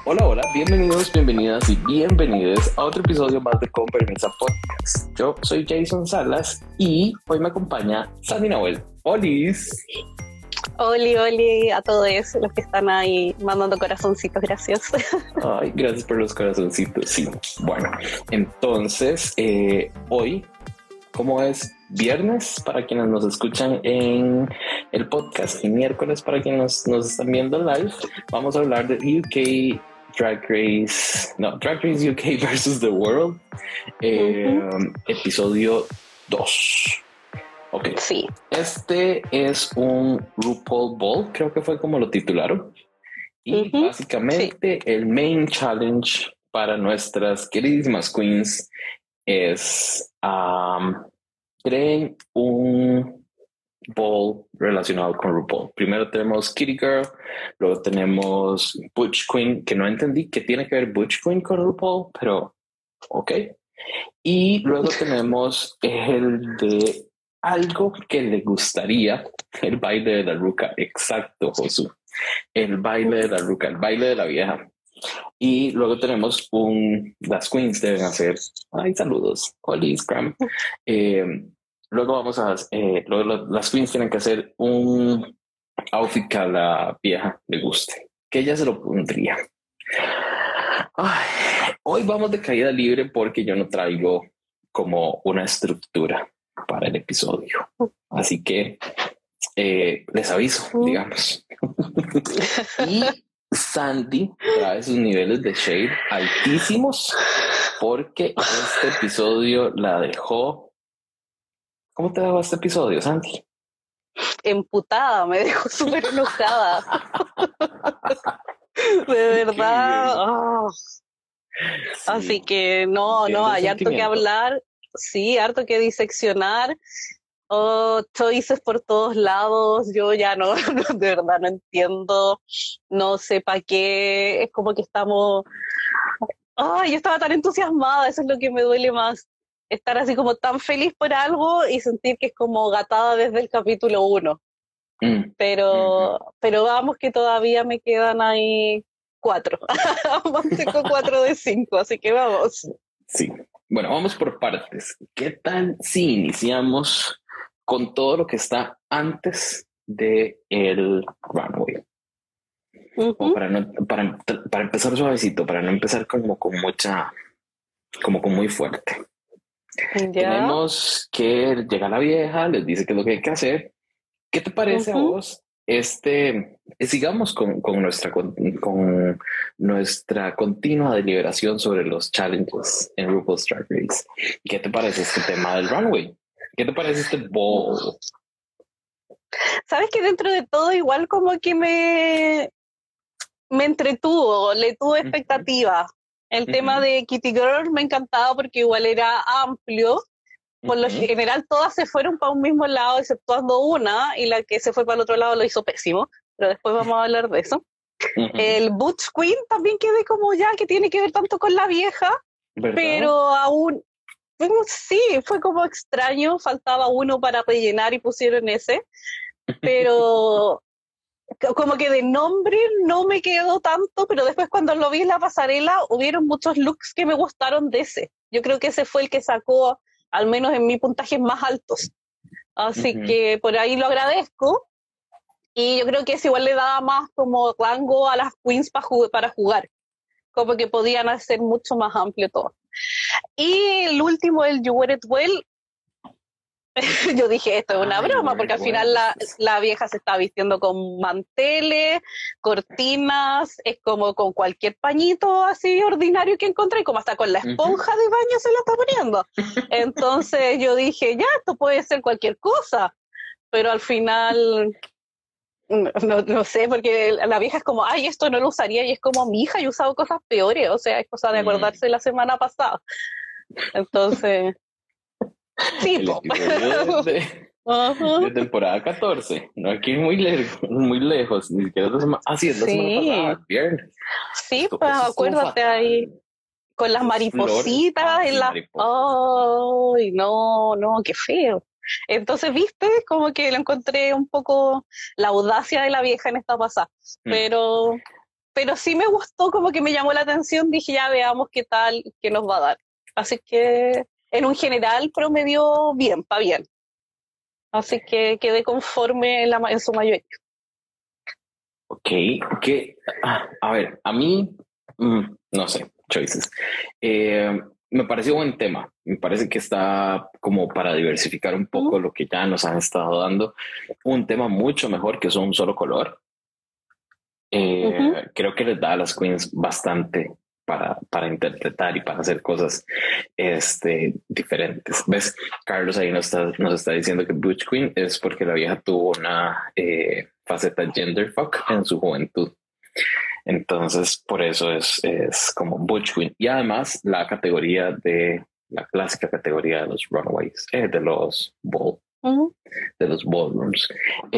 Hola, hola, bienvenidos, bienvenidas y bienvenidos a otro episodio más de Con Permisa Podcast. Yo soy Jason Salas y hoy me acompaña Sandy Nahuel. ¡Olis! Oli a todos los que están ahí mandando corazoncitos, gracias. Ay, gracias por los corazoncitos. Sí, bueno, entonces hoy, como es viernes para quienes nos escuchan en el podcast y miércoles para quienes nos están viendo live, vamos a hablar de UK Drag Race UK versus The World, episodio 2. Ok, sí. Este es un RuPaul Ball, creo que fue como lo titularon. Y básicamente el main challenge para nuestras queridísimas queens es creen un ball relacionado con RuPaul. Primero tenemos Kitty Girl, luego tenemos Butch Queen, que no entendí qué tiene que ver Butch Queen con RuPaul, pero ok. Y luego tenemos el de algo que le gustaría, el baile de la ruca. Exacto, Josu. El baile de la ruca, el baile de la vieja. Y luego tenemos las queens deben hacer, ay, saludos, hola, Scrum. Luego vamos a, luego las queens tienen que hacer un outfit que a la vieja le guste, que ella se lo pondría. Ay, hoy vamos de caída libre porque yo no traigo como una estructura para el episodio. Así que les aviso, digamos. Y Sandy trae sus niveles de shade altísimos porque este episodio la dejó. ¿Cómo te dejó este episodio, Sandy? Emputada, me dejó súper enojada. De verdad. Oh. Sí. Así que no, hay harto que hablar. Sí, harto que diseccionar. Choices por todos lados. Yo ya no, de verdad no entiendo. No sé para qué. Es como que estamos. Yo estaba tan entusiasmada, eso es lo que me duele más. Estar así como tan feliz por algo y sentir que es como gatada desde el capítulo 1. Pero vamos que todavía me quedan ahí 4. Tengo 4 de 5, así que vamos. Sí. Bueno, vamos por partes. ¿Qué tal si iniciamos con todo lo que está antes de el runway? Para empezar suavecito, para no empezar como con mucha, como con muy fuerte. ¿Ya? Tenemos que llega la vieja, les dice qué es lo que hay que hacer. ¿Qué te parece a vos? Sigamos con nuestra continua deliberación sobre los challenges en RuPaul's Drag Race. ¿Qué te parece este tema del runway? ¿Qué te parece este ball? Sabes que dentro de todo igual como que me entretuvo, le tuve expectativa. El tema de Kitty Girl me encantaba porque igual era amplio. Por lo general todas se fueron para un mismo lado, exceptuando una, y la que se fue para el otro lado lo hizo pésimo, pero después vamos a hablar de eso. El Butch Queen también quedé como ya, que tiene que ver tanto con la vieja, ¿verdad? Pero aún, sí, fue como extraño, faltaba uno para rellenar y pusieron ese, pero como que de nombre no me quedó tanto, pero después cuando lo vi en la pasarela hubieron muchos looks que me gustaron de ese. Yo creo que ese fue el que sacó al menos en mi puntajes más altos. Así que por ahí lo agradezco. Y yo creo que eso igual le daba más como rango a las queens para jugar. Como que podían hacer mucho más amplio todo. Y el último, el You Wear It Well, yo dije, esto es una broma, porque al final la vieja se está vistiendo con manteles, cortinas, es como con cualquier pañito así ordinario que encontré, y como hasta con la esponja de baño se la está poniendo. Entonces yo dije, ya, esto puede ser cualquier cosa, pero al final, no sé, porque la vieja es como, ay, esto no lo usaría, y es como, mi hija, yo he usado cosas peores, o sea, es cosa de acordarse la semana pasada. Entonces... Sí, el episodio de temporada 14, no aquí muy lejos, ni siquiera la semana. Sí, es la semana pasada, el viernes. Sí, pues acuérdate ahí con las maripositas en la. Ay, no, qué feo. Entonces, viste, como que lo encontré un poco la audacia de la vieja en esta pasada, pero pero sí me gustó, como que me llamó la atención, dije ya veamos qué tal, qué nos va a dar. Así que en un general promedio bien, pa' bien. Así que quedé conforme en su mayoría. Ok, a ver, a mí, no sé, choices. Me pareció buen tema. Me parece que está como para diversificar un poco lo que ya nos han estado dando. Un tema mucho mejor que es un solo color. Creo que les da a las queens bastante para interpretar y para hacer cosas diferentes. ¿Ves? Carlos ahí nos está diciendo que Butch Queen es porque la vieja tuvo una faceta genderfuck en su juventud. Entonces, por eso es como Butch Queen. Y además, la clásica categoría de los runaways, de los de los ballrooms.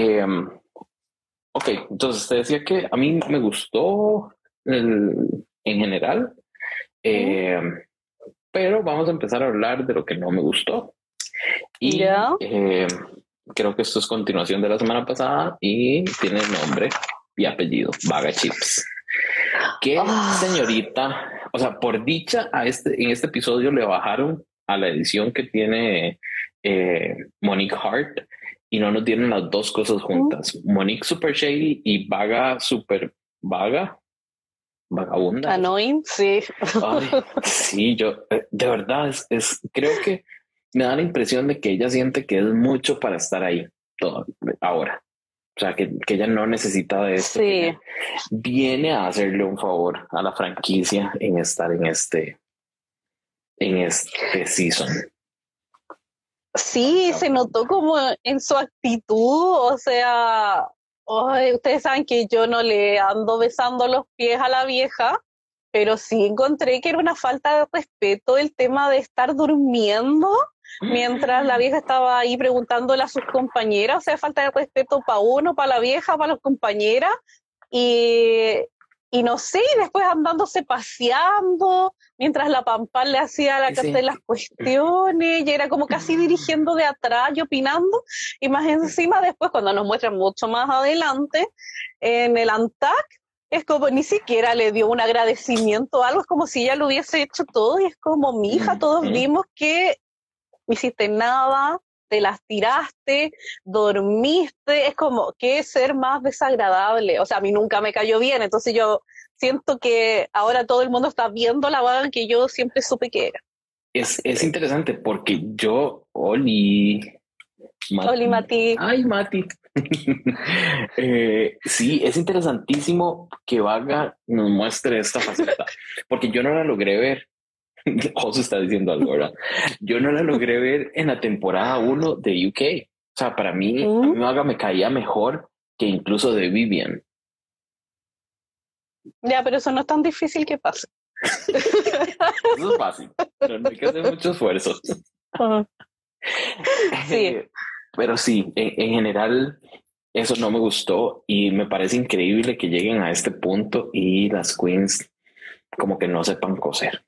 Ok, entonces te decía que a mí me gustó en general, pero vamos a empezar a hablar de lo que no me gustó. Y creo que esto es continuación de la semana pasada y tiene nombre y apellido, Vaga Chips. ¿Qué señorita? O sea, por dicha, en este episodio le bajaron a la edición que tiene Monique Hart y no nos tienen las dos cosas juntas. Monique super shady y Vaga super vagabunda. Annoying, sí. Ay, sí, yo de verdad creo que me da la impresión de que ella siente que es mucho para estar ahí ahora. O sea, que ella no necesita de esto. Sí. Viene a hacerle un favor a la franquicia en estar en este season. Sí, se notó como en su actitud, o sea, ustedes saben que yo no le ando besando los pies a la vieja, pero sí encontré que era una falta de respeto el tema de estar durmiendo mientras la vieja estaba ahí preguntándole a sus compañeras, o sea, falta de respeto para uno, para la vieja, para las compañeras, y no sé, y después andándose paseando, mientras la Pampal le hacía las cuestiones, y era como casi dirigiendo de atrás y opinando, y más encima después, cuando nos muestran mucho más adelante, en el ANTAC, es como ni siquiera le dio un agradecimiento o algo, es como si ella lo hubiese hecho todo, y es como, mija, todos vimos que no hiciste nada, te las tiraste, dormiste, es como, ¿qué ser más desagradable? O sea, a mí nunca me cayó bien, entonces yo siento que ahora todo el mundo está viendo la vaga que yo siempre supe que era. Es interesante porque Oli Mati. Ay, Mati. Sí, es interesantísimo que Vaga nos muestre esta faceta, porque yo no la logré ver. José está diciendo algo, ¿verdad? Yo no la logré ver en la temporada 1 de UK. O sea, para mí, a mí Vaga me caía mejor que incluso de Vivian. Ya, pero eso no es tan difícil que pase. Eso es fácil, pero no hay que hacer mucho esfuerzo. Sí. Pero sí, en general, eso no me gustó y me parece increíble que lleguen a este punto y las queens como que no sepan coser.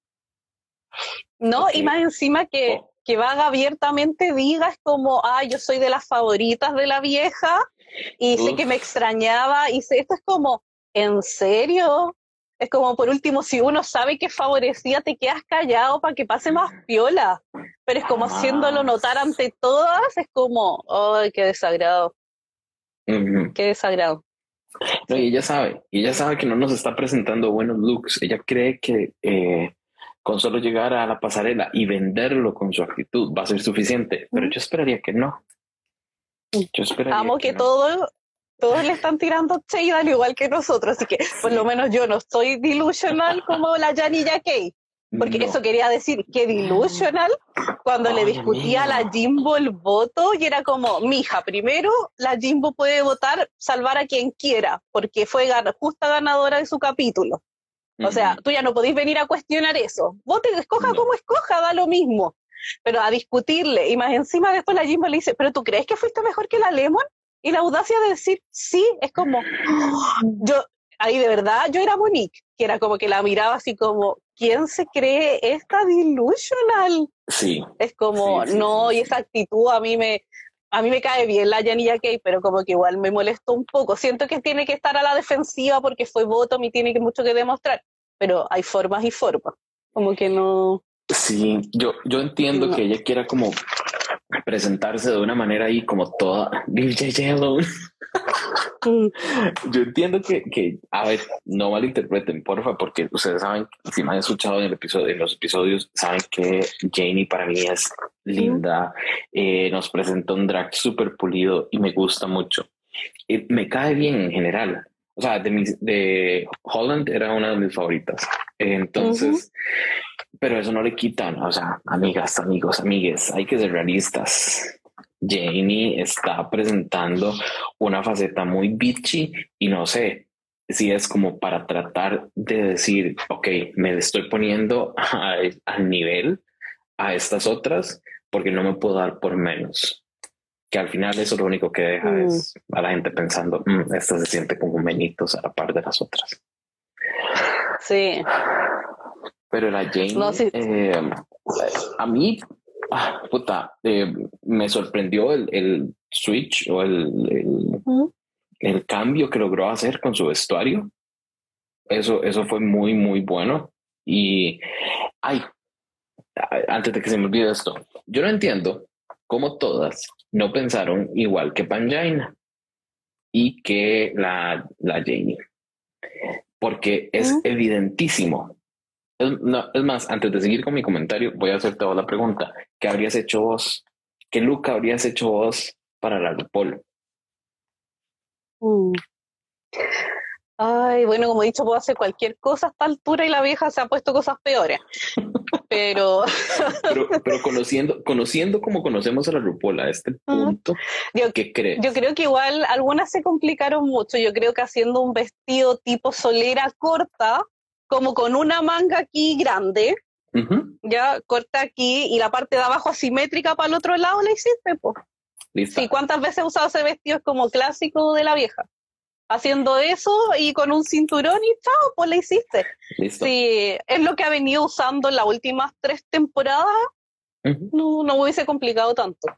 No, y más encima que Vaga abiertamente diga, es como, yo soy de las favoritas de la vieja y sé que me extrañaba y esto es como, ¿en serio? Es como, por último, si uno sabe que favorecía, te quedas callado para que pase más piola, pero es como haciéndolo notar ante todas, es como, ¡ay, qué desagrado! Qué desagrado. No, y ella sabe que no nos está presentando buenos looks, ella cree que con solo llegar a la pasarela y venderlo con su actitud va a ser suficiente, pero yo esperaría que no. Amo que no. Todos le están tirando shade al igual que nosotros, así que por lo menos yo no soy delusional como la Janny Kay, porque eso quería decir que delusional cuando le discutía a la Jimbo el voto y era como, mija, primero la Jimbo puede votar, salvar a quien quiera, porque fue justa ganadora de su capítulo. O sea, tú ya no podés venir a cuestionar eso. Vote, escoja como escoja, da lo mismo. Pero a discutirle, y más encima después la Jimbo le dice, ¿pero tú crees que fuiste mejor que la Lemon? Y la audacia de decir sí, es como, yo, ahí de verdad, yo era Monique, que era como que la miraba así como, ¿quién se cree esta delusional? Sí. Es como, y esa actitud a mí a mí me cae bien la Janilla Kay, pero como que igual me molestó un poco. Siento que tiene que estar a la defensiva porque fue bottom y tiene mucho que demostrar, pero hay formas y formas. Como que no... Sí, yo entiendo que ella quiera como presentarse de una manera ahí como toda Yellow. Yo entiendo que, a ver, no malinterpreten, porfa, porque ustedes saben, si me han escuchado en los episodios, saben que Janie para mí es linda, nos presenta un drag súper pulido y me gusta mucho. Me cae bien en general. O sea, de Holland era una de mis favoritas. Entonces, pero eso no le quitan. O sea, amigas, amigos, amigues, hay que ser realistas. Janie está presentando una faceta muy bitchy y no sé si es como para tratar de decir, ok, me estoy poniendo al nivel a estas otras porque no me puedo dar por menos. Que al final eso lo único que deja es a la gente pensando, esta se siente como menitos a la par de las otras. Sí. Pero la Jane, no, sí. A mí, me sorprendió el switch o el cambio que logró hacer con su vestuario. Eso fue muy, muy bueno. Y, antes de que se me olvide esto, yo no entiendo cómo todas no pensaron igual que Pangina y que la Janie, porque es evidentísimo. Es más, antes de seguir con mi comentario, voy a hacerte la pregunta. ¿Qué habrías hecho vos? ¿Qué look habrías hecho vos para la RuPaul? Ay, bueno, como he dicho, puedo hacer cualquier cosa a esta altura y la vieja se ha puesto cosas peores. Pero conociendo como conocemos a la RuPaul a este punto, ¿qué crees? Yo creo que igual algunas se complicaron mucho. Yo creo que haciendo un vestido tipo solera corta, como con una manga aquí grande, ya corta aquí y la parte de abajo asimétrica para el otro lado, la hiciste, pues. Sí, ¿cuántas veces he usado ese vestido? Es como clásico de la vieja. Haciendo eso y con un cinturón y chao, pues la hiciste. Listo. Sí, es lo que ha venido usando en las últimas 3 temporadas. No me hubiese complicado tanto.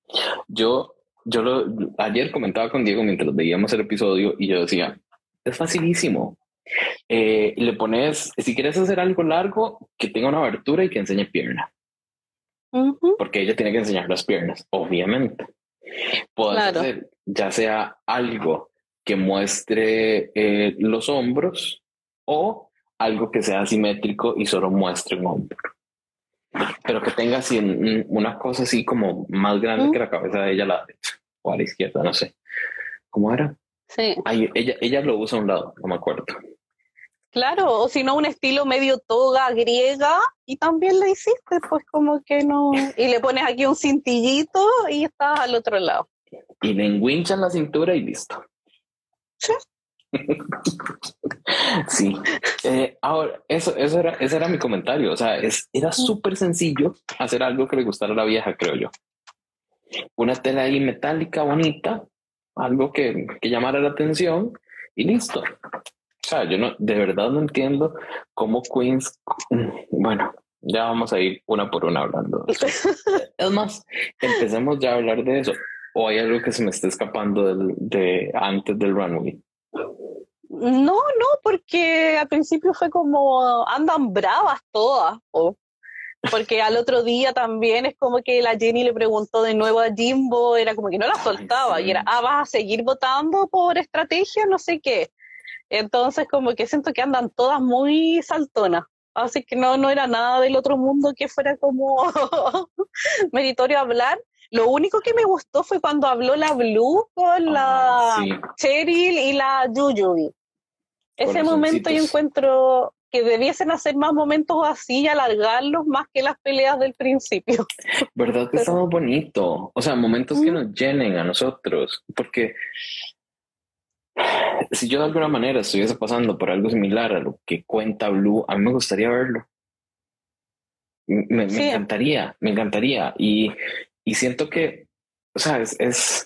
Ayer comentaba con Diego mientras veíamos el episodio y yo decía, es facilísimo. Le pones, si quieres hacer algo largo, que tenga una abertura y que enseñe pierna. Porque ella tiene que enseñar las piernas, obviamente. Puedes hacer ya sea algo que muestre los hombros o algo que sea asimétrico y solo muestre un hombro. Pero que tenga así una cosa así como más grande que la cabeza de ella a la derecha o a la izquierda, no sé. ¿Cómo era? Sí. Ay, ella lo usa a un lado, no me acuerdo. Claro, o si no, un estilo medio toga griega y también la hiciste, pues como que no. Y le pones aquí un cintillito y estás al otro lado. Y le enguinchan la cintura y listo. Sí. Sí. Ahora, ese era mi comentario. O sea, era súper sencillo hacer algo que le gustara a la vieja, creo yo. Una tela ahí metálica, bonita, algo que llamara la atención y listo. O sea, yo de verdad no entiendo cómo Queens, bueno, ya vamos a ir una por una hablando. Es más, empecemos ya a hablar de eso. ¿O hay algo que se me está escapando de antes del runway? No, porque al principio fue como andan bravas todas, porque al otro día también es como que la Jenny le preguntó de nuevo a Jimbo, era como que no la soltaba. Ay, sí. Y era, ¿vas a seguir votando por estrategia? No sé qué. Entonces como que siento que andan todas muy saltonas. Así que no era nada del otro mundo que fuera como meritorio hablar. Lo único que me gustó fue cuando habló la Blue con la Cheryl y la Yuyubi. Ese momento yo encuentro que debiesen hacer más momentos así y alargarlos más que las peleas del principio. ¿Verdad que estamos bonito? O sea, momentos que nos llenen a nosotros, porque si yo de alguna manera estuviese pasando por algo similar a lo que cuenta Blue, a mí me gustaría verlo. Me encantaría. Y siento que, o sea, es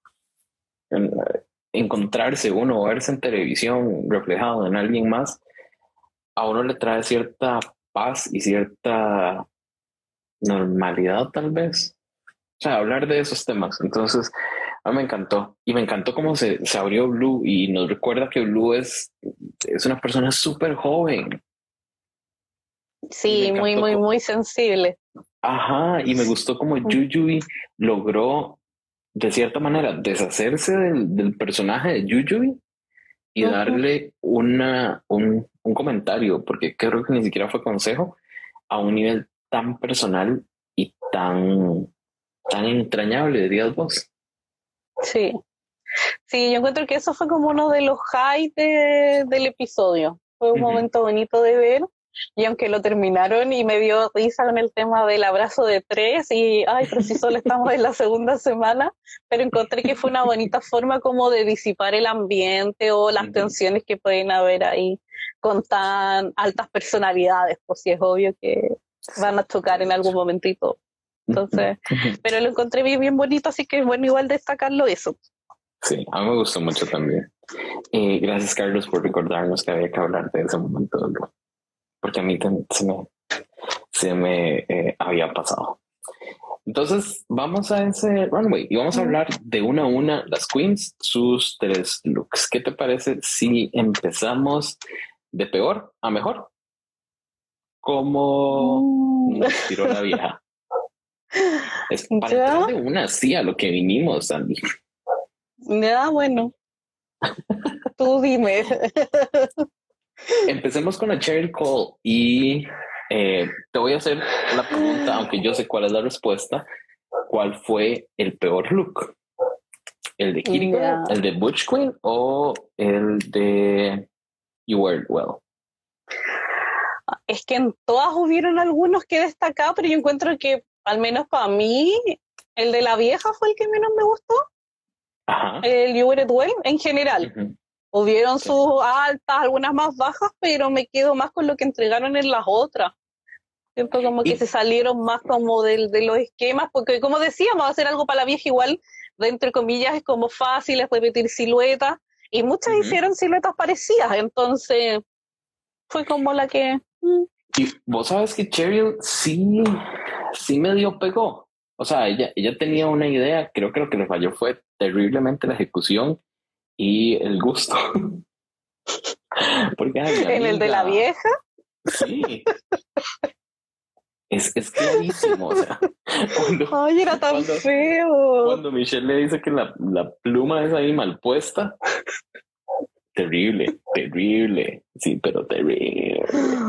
encontrarse uno o verse en televisión reflejado en alguien más, a uno le trae cierta paz y cierta normalidad tal vez. sea, hablar de esos temas. Entonces, a mí me encantó. Y me encantó cómo se abrió Blue y nos recuerda que Blue es una persona súper joven. Y me Sí, muy, encantó. muy, muy sensible. Ajá, y me gustó como Yuyuy logró, de cierta manera, deshacerse del personaje de Yuyuy y Ujú. darle un comentario, porque creo que ni siquiera fue consejo, a un nivel tan personal y tan entrañable, dirías vos. Sí, sí, yo encuentro que eso fue como uno de los highs del episodio. Fue un Ujú, momento bonito de ver. Y aunque lo terminaron y me dio risa con el tema del abrazo de tres y, ay, pero si solo estamos en la segunda semana, pero encontré que fue una bonita forma como de disipar el ambiente o las ujú. tensiones que pueden haber ahí con tan altas personalidades, pues sí es obvio que Sí, van a chocar de en algún hecho. momentito. Ujú, Entonces, ujú. pero lo encontré bien, bien bonito, así que es bueno igual destacarlo eso. Sí, a mí me gustó mucho también. Gracias, Carlos, por recordarnos que había que hablar de ese momento, ¿no? Porque a mí también se me había pasado. Entonces, vamos a ese runway y vamos a Mm. hablar de una a una las queens, sus tres looks. ¿Qué te parece si empezamos de peor a mejor? Como nos tiró la vieja. Es para entrar Ya, de una así a lo que vinimos, Andy. ya, bueno, tú dime. Empecemos con la Cheryl Cole y te voy a hacer la pregunta, aunque yo sé cuál es la respuesta. ¿Cuál fue el peor look? ¿El de Kitty Girl, Ya. el de Butch Queen o el de You Wear It Well? Es que en todas hubieron algunos que destacar, pero yo encuentro que, al menos para mí, el de la vieja fue el que menos me gustó, Ajá. el You Wear It Well, en general. Ujú. Hubieron Sí. sus altas, algunas más bajas, pero me quedo más con lo que entregaron en las otras. Siento como que se Y salieron más como de los esquemas, porque como decíamos, hacer algo para la vieja igual, de entre comillas, es como fácil, es repetir siluetas, y muchas ujú. hicieron siluetas parecidas, entonces fue como la que... Y vos sabes que Cheryl sí medio pegó. O sea, ella tenía una idea, creo que lo que le falló fue terriblemente la ejecución y el gusto. Porque ay, mi En el de la amiga, vieja, sí, es clarísimo. O sea, cuando, ay, era tan cuando, feo. cuando Michelle le dice que la pluma es ahí mal puesta, terrible, terrible, sí, pero terrible.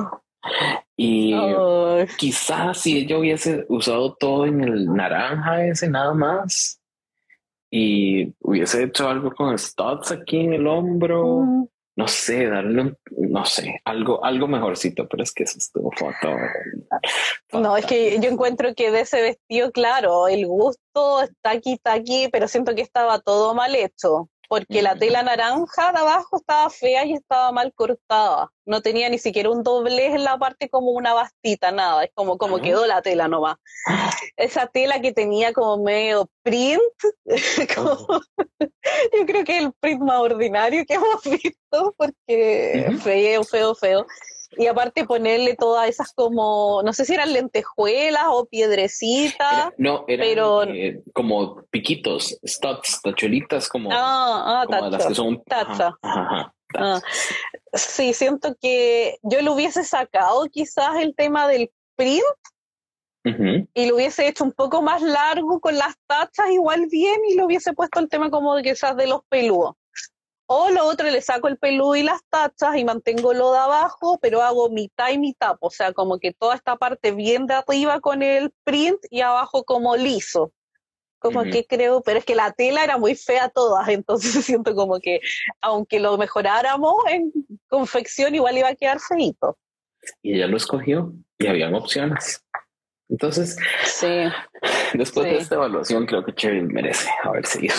Y Ay, quizás si ella hubiese usado todo en el naranja ese nada más y hubiese hecho algo con studs aquí en el hombro, mm. no sé, no sé, algo mejorcito, pero es que eso estuvo fatal. No, es Fatal. que yo encuentro que de ese vestido, claro, el gusto está aquí, pero siento que estaba todo mal hecho, porque la Ujú, tela naranja de abajo estaba fea y estaba mal cortada. No tenía ni siquiera un doblez en la parte como una bastita, nada, es como ¿no? quedó la tela nomás. Esa tela que tenía como medio print, Oh, como- yo creo que es el print más ordinario que hemos visto, porque ujú. feo, feo, feo. Y aparte ponerle todas esas como, no sé si eran lentejuelas o piedrecitas, No, eran pero como piquitos, studs, tachuelitas como de las que tacha, son, ajá, tacha. ajá, ajá, Ah, tachas. sí, siento que yo le hubiese sacado quizás el tema del print Ujú, y lo hubiese hecho un poco más largo con las tachas igual bien y lo hubiese puesto el tema como de quizás de los peludos. O lo otro, le saco el peludo y las tachas y mantengo lo de abajo, pero hago mitad y mitad, o sea, como que toda esta parte bien de arriba con el print y abajo como liso. Como ujú. que creo, pero es que la tela era muy fea todas, entonces siento como que aunque lo mejoráramos en confección, igual iba a quedar feito. Y ella lo escogió y habían opciones. Entonces, Sí, después de sí. esta evaluación, creo que Cheryl merece haber seguido.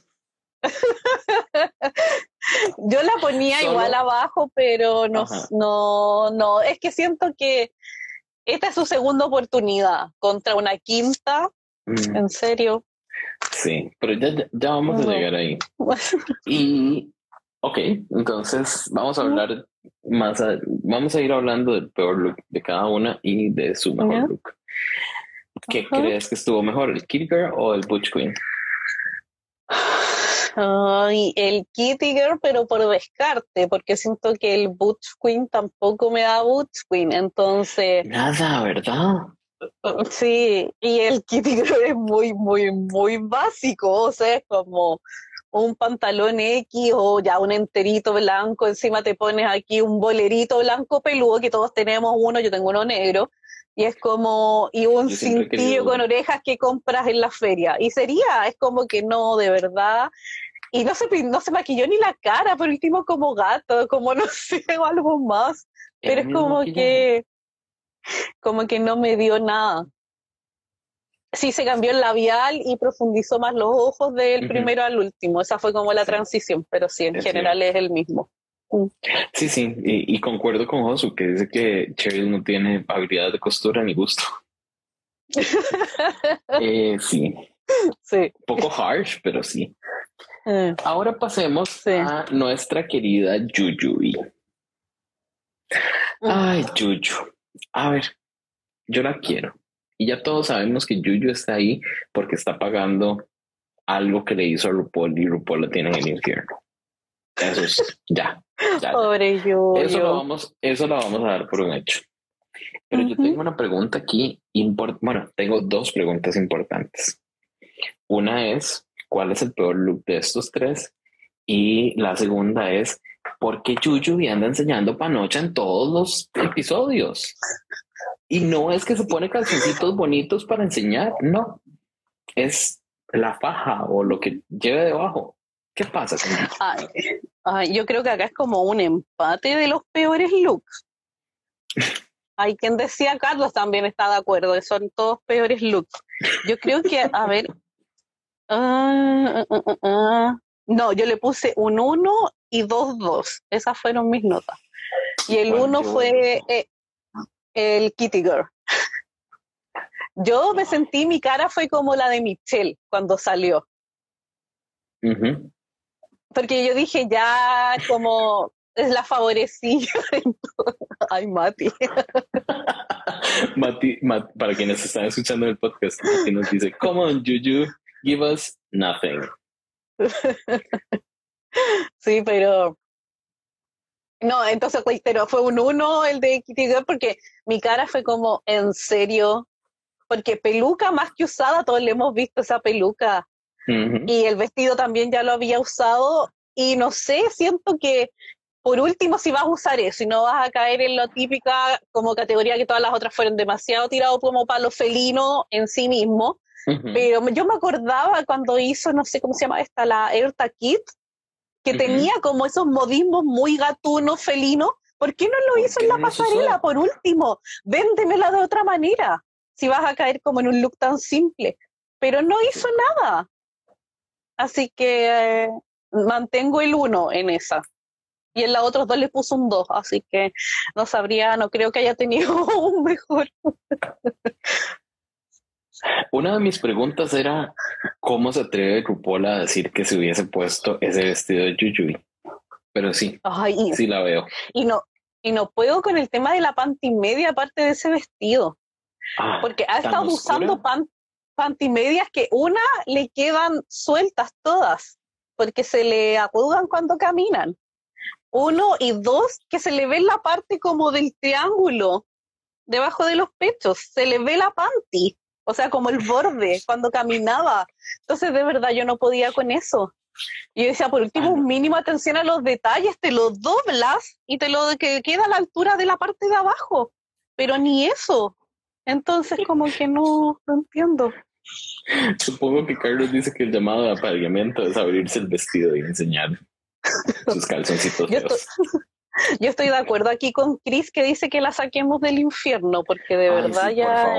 Yo la ponía igual Solo, abajo, pero no, ajá. no, no, es que siento que esta es su segunda oportunidad contra una quinta, Mm, en serio. sí, pero ya vamos a No. llegar ahí. Y, ok, entonces vamos a hablar vamos a ir hablando del peor look de cada una y de su mejor ¿Ya? look. ¿Qué crees que estuvo mejor, el Kitty Girl o el Butch Queen? Ay, el Kitty Girl, pero por descarte, porque siento que el Butch Queen tampoco me da Butch Queen, entonces... Nada, ¿verdad? Sí, y el Kitty Girl es muy, muy, muy básico, o sea, es como un pantalón X o ya un enterito blanco, encima te pones aquí un bolerito blanco peludo, que todos tenemos uno, yo tengo uno negro, y es como, y un cintillo con orejas que compras en la feria, y sería, es como que no, de verdad, y no se maquilló ni la cara, por último como gato, como no sé, o algo más, pero es como que no me dio nada. Sí, se cambió el labial y profundizó más los ojos del primero al último. Esa fue como la transición, pero sí, en general es el mismo. Sí, sí, y concuerdo con Josu, que dice que Cheryl no tiene habilidad de costura ni gusto. Sí. Sí. Un poco harsh, pero sí. Ahora pasemos a nuestra querida Yuyuy. Ay, Yuyu. A ver, yo la quiero. Y ya todos sabemos que Yuyu está ahí porque está pagando algo que le hizo a RuPaul y RuPaul la tiene en el infierno. Eso es, ya. Pobre Yuyu. Eso lo vamos a dar por un hecho. Pero yo tengo una pregunta aquí, bueno, tengo dos preguntas importantes. Una es, ¿cuál es el peor look de estos tres? Y la segunda es, ¿por qué Yuyu anda enseñando panocha en todos los episodios? Y no es que se pone calzoncitos bonitos para enseñar, no. Es la faja o lo que lleve debajo. ¿Qué pasa con Yuyu? Yo creo que acá es como un empate de los peores looks. Hay quien decía, Carlos también está de acuerdo, que son todos peores looks. Yo creo que, a ver... No, yo le puse un 1 y 2. Esas fueron mis notas. Y el 1 fue el Kitty Girl. Yo me sentí, mi cara fue como la de Michelle cuando salió. Porque yo dije, ya como es la favorecilla. Ay, Mati. Mati, para quienes están escuchando el podcast, Mati nos dice, come on, Yuyu, give us nothing. Sí, pero... No, entonces, pero fue un 1 el de Kitty Girl porque mi cara fue como, ¿en serio? Porque peluca más que usada, todos le hemos visto esa peluca. Y el vestido también ya lo había usado. Y no sé, siento que por último, si vas a usar eso y no vas a caer en lo típica como categoría que todas las otras fueron demasiado tirados como para lo felino en sí mismo. Pero yo me acordaba cuando hizo, no sé cómo se llama esta, la Eartha Kitt, que tenía como esos modismos muy gatunos, felinos. ¿Por qué no lo hizo en la pasarela? Por último, véndemela de otra manera, si vas a caer como en un look tan simple. Pero no hizo nada. Así que mantengo el 1 en esa. Y en las otras 2 le puso un 2, así que no sabría, no creo que haya tenido un mejor. Una de mis preguntas era ¿cómo se atreve RuPaul a decir que se hubiese puesto ese vestido de Yuyuy? Pero sí, sí la veo. Y no puedo con el tema de la panty media aparte de ese vestido. Porque ha estado usando panty medias que una le quedan sueltas todas, porque se le arrugan cuando caminan. 1 y 2, que se le ve la parte como del triángulo debajo de los pechos, se le ve la panty, o sea, como el borde cuando caminaba. Entonces, de verdad, yo no podía con eso. Y yo decía, por último, un mínimo atención a los detalles, te lo doblas y te lo que queda a la altura de la parte de abajo, pero ni eso. Entonces, como que no entiendo. Supongo que Carlos dice que el llamado de apareamiento es abrirse el vestido y enseñar sus calzoncitos feos. Yo estoy de acuerdo aquí con Chris, que dice que la saquemos del infierno, porque de verdad sí, ya...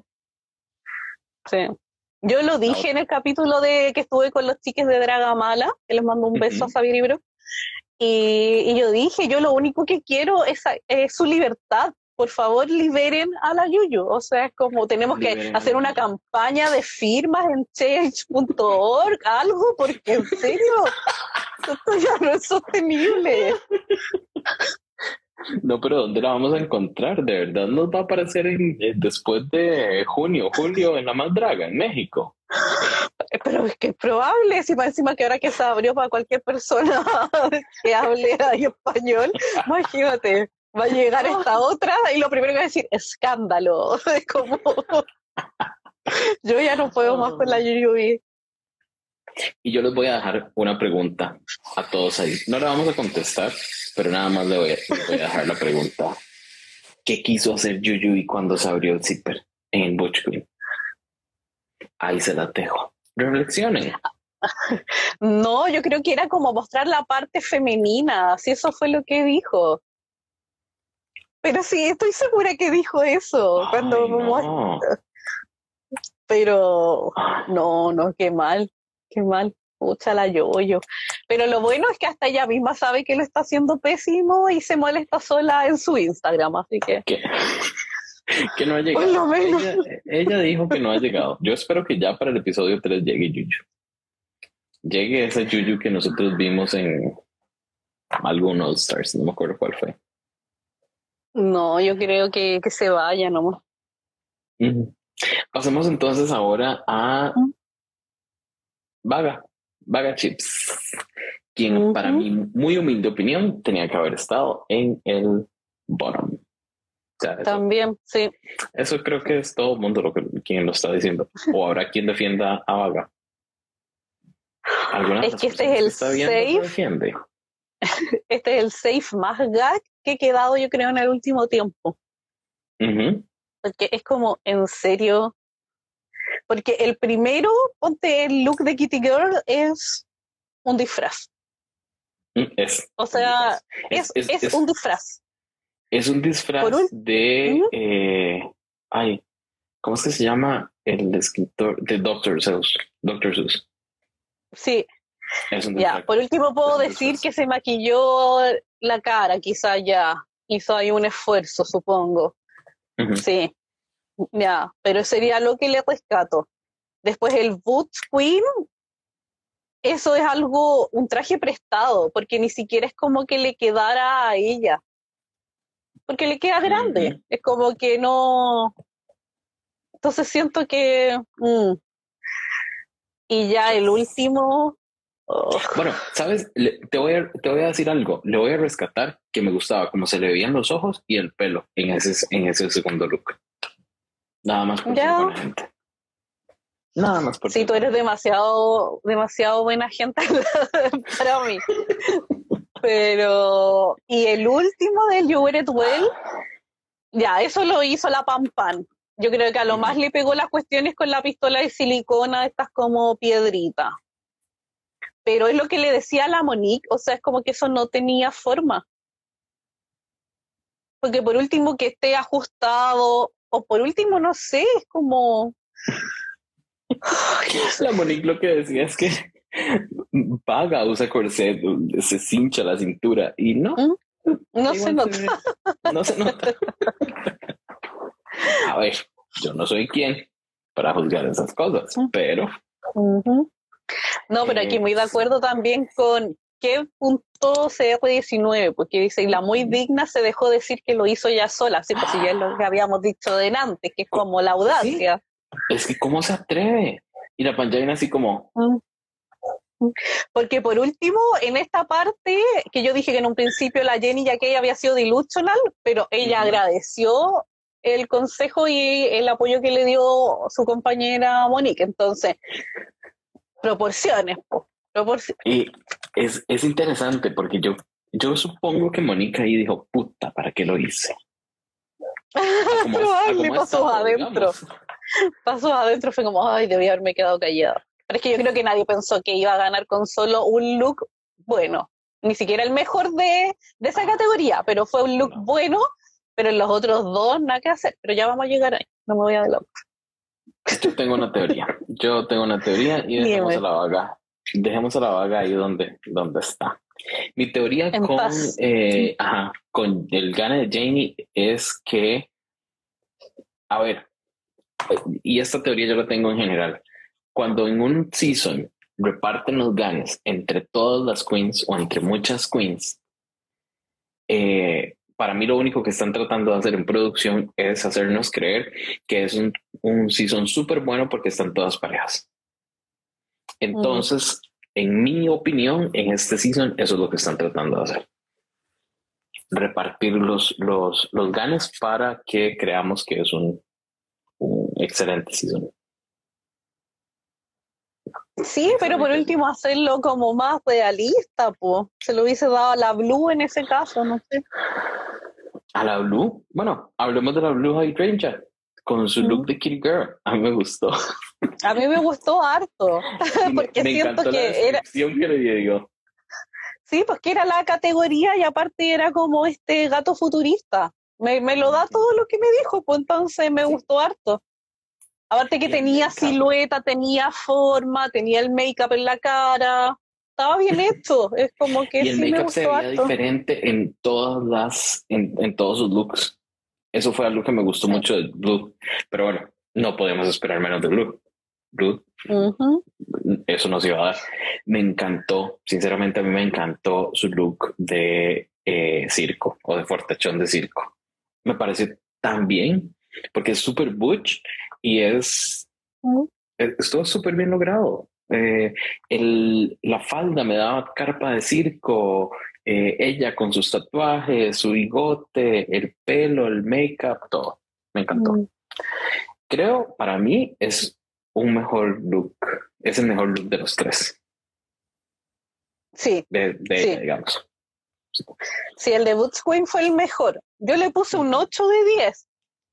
Sí. Yo lo dije en el capítulo de que estuve con los chiques de Dragamala, que les mando un beso a Xavier Libro, y yo dije, yo lo único que quiero es su libertad. Por favor, liberen a la Yuyu. O sea, es como tenemos que hacer una campaña de firmas en change.org, algo, porque en serio, esto ya no es sostenible. No, pero ¿dónde la vamos a encontrar? ¿De verdad nos va a aparecer después de junio, julio en La Más Draga, en México? Pero es que es probable, si más encima que ahora que se abrió para cualquier persona que hable ahí español, imagínate, va a llegar esta otra y lo primero que va a decir, escándalo. Es como, yo ya no puedo más con la Yuyubi. Y yo les voy a dejar una pregunta a todos ahí. No la vamos a contestar, pero nada más les voy a dejar la pregunta. ¿Qué quiso hacer Yuyubi cuando se abrió el zipper en Butch Queen? Ahí se la dejo. Reflexionen. No, yo creo que era como mostrar la parte femenina, si eso fue lo que dijo. Pero sí, estoy segura que dijo eso. Ay, no. Pero no, qué mal, pucha la yo. Pero lo bueno es que hasta ella misma sabe que lo está haciendo pésimo y se molesta sola en su Instagram, así que... Que no ha llegado. Por lo menos. Ella dijo que no ha llegado. Yo espero que ya para el episodio 3 llegue Yuyu. Llegue esa Yuyu que nosotros vimos en algunos Stars, no me acuerdo cuál fue. No, yo creo que se vaya nomás. Pasemos entonces ahora a Vaga Chips, quien para mi muy humilde opinión tenía que haber estado en el bottom. O sea, también, sí. Eso creo que es todo el mundo quien lo está diciendo. O habrá quien defienda a Vaga. Es que este es el safe. Este es el safe más gag que he quedado, yo creo, en el último tiempo. Porque es como, en serio. Porque el primero, ponte el look de Kitty Girl, es un disfraz. O sea, es un disfraz. Es un disfraz de... ¿cómo es que se llama el escritor? De Dr. Seuss. Sí. Ya, por último puedo decir que se maquilló la cara, quizá ya hizo ahí un esfuerzo, supongo. Sí, ya, pero sería lo que le rescato. Después el Butch Queen, eso es algo, un traje prestado, porque ni siquiera es como que le quedara a ella, porque le queda grande, es como que no... Entonces siento que... Y ya el último... Bueno, ¿sabes? Te voy a decir algo. Le voy a rescatar que me gustaba cómo se le veían los ojos y el pelo en ese segundo look. Nada más por ser buena gente. Nada más por sí, tú eres demasiado buena gente para mí. Pero... Y el último del You Wear It Well, ya, eso lo hizo la Pam Pam. Yo creo que a lo más le pegó las cuestiones con la pistola de silicona, estas como piedritas. Pero es lo que le decía a la Monique, o sea, es como que eso no tenía forma. Porque por último que esté ajustado, o por último, no sé, es como... La Monique lo que decía es que Vaga usa corset, se cincha la cintura y no. No se nota. No se nota. A ver, yo no soy quien para juzgar esas cosas, pero... No, pero aquí muy de acuerdo también con qué punto CR19, porque dice, y la muy digna se dejó decir que lo hizo ya sola, así pues si ya es lo que habíamos dicho de antes, que es como la audacia. ¿Sí? Es que cómo se atreve. Y la Panjaina así como... Porque por último, en esta parte, que yo dije que en un principio la Jenny ya que ella había sido delusional, pero ella agradeció el consejo y el apoyo que le dio su compañera Monique, entonces... Proporciones. Y es interesante porque yo supongo que Mónica ahí dijo, puta, ¿para qué lo hice? Pasó adentro. Pasó adentro, fue como, ay, debí haberme quedado callada. Pero es que yo creo que nadie pensó que iba a ganar con solo un look bueno. Ni siquiera el mejor de esa categoría, pero fue un look bueno, pero en los otros dos nada que hacer. Pero ya vamos a llegar ahí, no me voy a adelantar. Yo tengo una teoría y dejemos a la vaga ahí donde está. Mi teoría con el gane de Jamie es que, a ver, y esta teoría yo la tengo en general, cuando en un season reparten los ganes entre todas las queens o entre muchas queens, para mí lo único que están tratando de hacer en producción es hacernos creer que es un season súper bueno porque están todas parejas. Entonces, en mi opinión, en este season, eso es lo que están tratando de hacer. Repartir los ganes para que creamos que es un excelente season. Sí, pero por último hacerlo como más realista, pues. Se lo hubiese dado a la Blue en ese caso, no sé. ¿A la Blue? Bueno, hablemos de la Blue Hydrangea con su look de Kitty Girl. A mí me gustó. A mí me gustó harto, porque me siento encantó que la descripción que le dio. Sí, pues que era la categoría y aparte era como este gato futurista. Me lo da todo lo que me dijo, pues entonces me gustó harto. Aparte que tenía silueta, tenía forma, tenía el make-up en la cara. Estaba bien hecho. Es como que y el sí me make-up se gustó veía harto. diferente en en todos sus looks. Eso fue algo que me gustó mucho de Blue. Pero bueno, no podemos esperar menos de Blue. Blue, eso nos iba a dar. Me encantó, sinceramente a mí me encantó su look de circo o de fortachón de circo. Me parece tan bien porque es súper butch y estuvo súper bien logrado. La falda me daba carpa de circo, ella con sus tatuajes, su bigote, el pelo, el make-up, todo. Me encantó. Creo, para mí, es un mejor look. Es el mejor look de los tres. Sí. De ella, digamos. Sí, el de Boots Queen fue el mejor. Yo le puse un 8 de 10.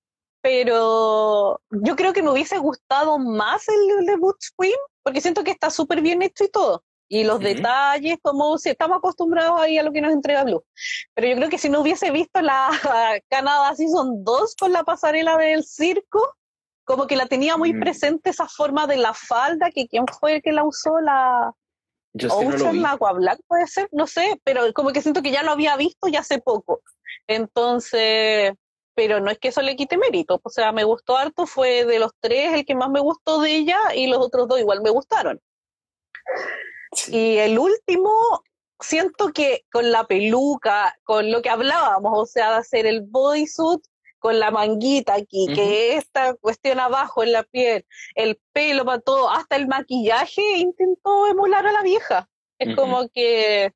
Pero yo creo que me hubiese gustado más el de Boots Queen, porque siento que está súper bien hecho y todo. Y los detalles, como si estamos acostumbrados ahí a lo que nos entrega Blue. Pero yo creo que si no hubiese visto la Canadá Season 2 con la pasarela del circo, como que la tenía muy presente esa forma de la falda, que quién fue el que la usó, la Ocean, la Aqua Black puede ser, no sé, pero como que siento que ya lo había visto ya hace poco. Entonces, pero no es que eso le quite mérito, o sea, me gustó harto, fue de los tres el que más me gustó de ella y los otros dos igual me gustaron. Sí. Y el último, siento que con la peluca, con lo que hablábamos, o sea, de hacer el bodysuit con la manguita aquí, que esta cuestión abajo en la piel, el pelo para todo, hasta el maquillaje, intentó emular a la vieja. Es como que...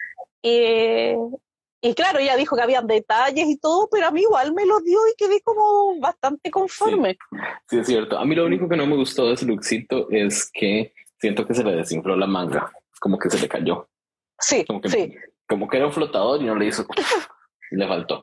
y claro, ella dijo que había detalles y todo, pero a mí igual me lo dio y quedé como bastante conforme. Sí, es cierto. A mí lo único que no me gustó de ese lookcito es que siento que se le desinfló la manga, como que se le cayó. Sí, como que era un flotador y no le hizo, le faltó.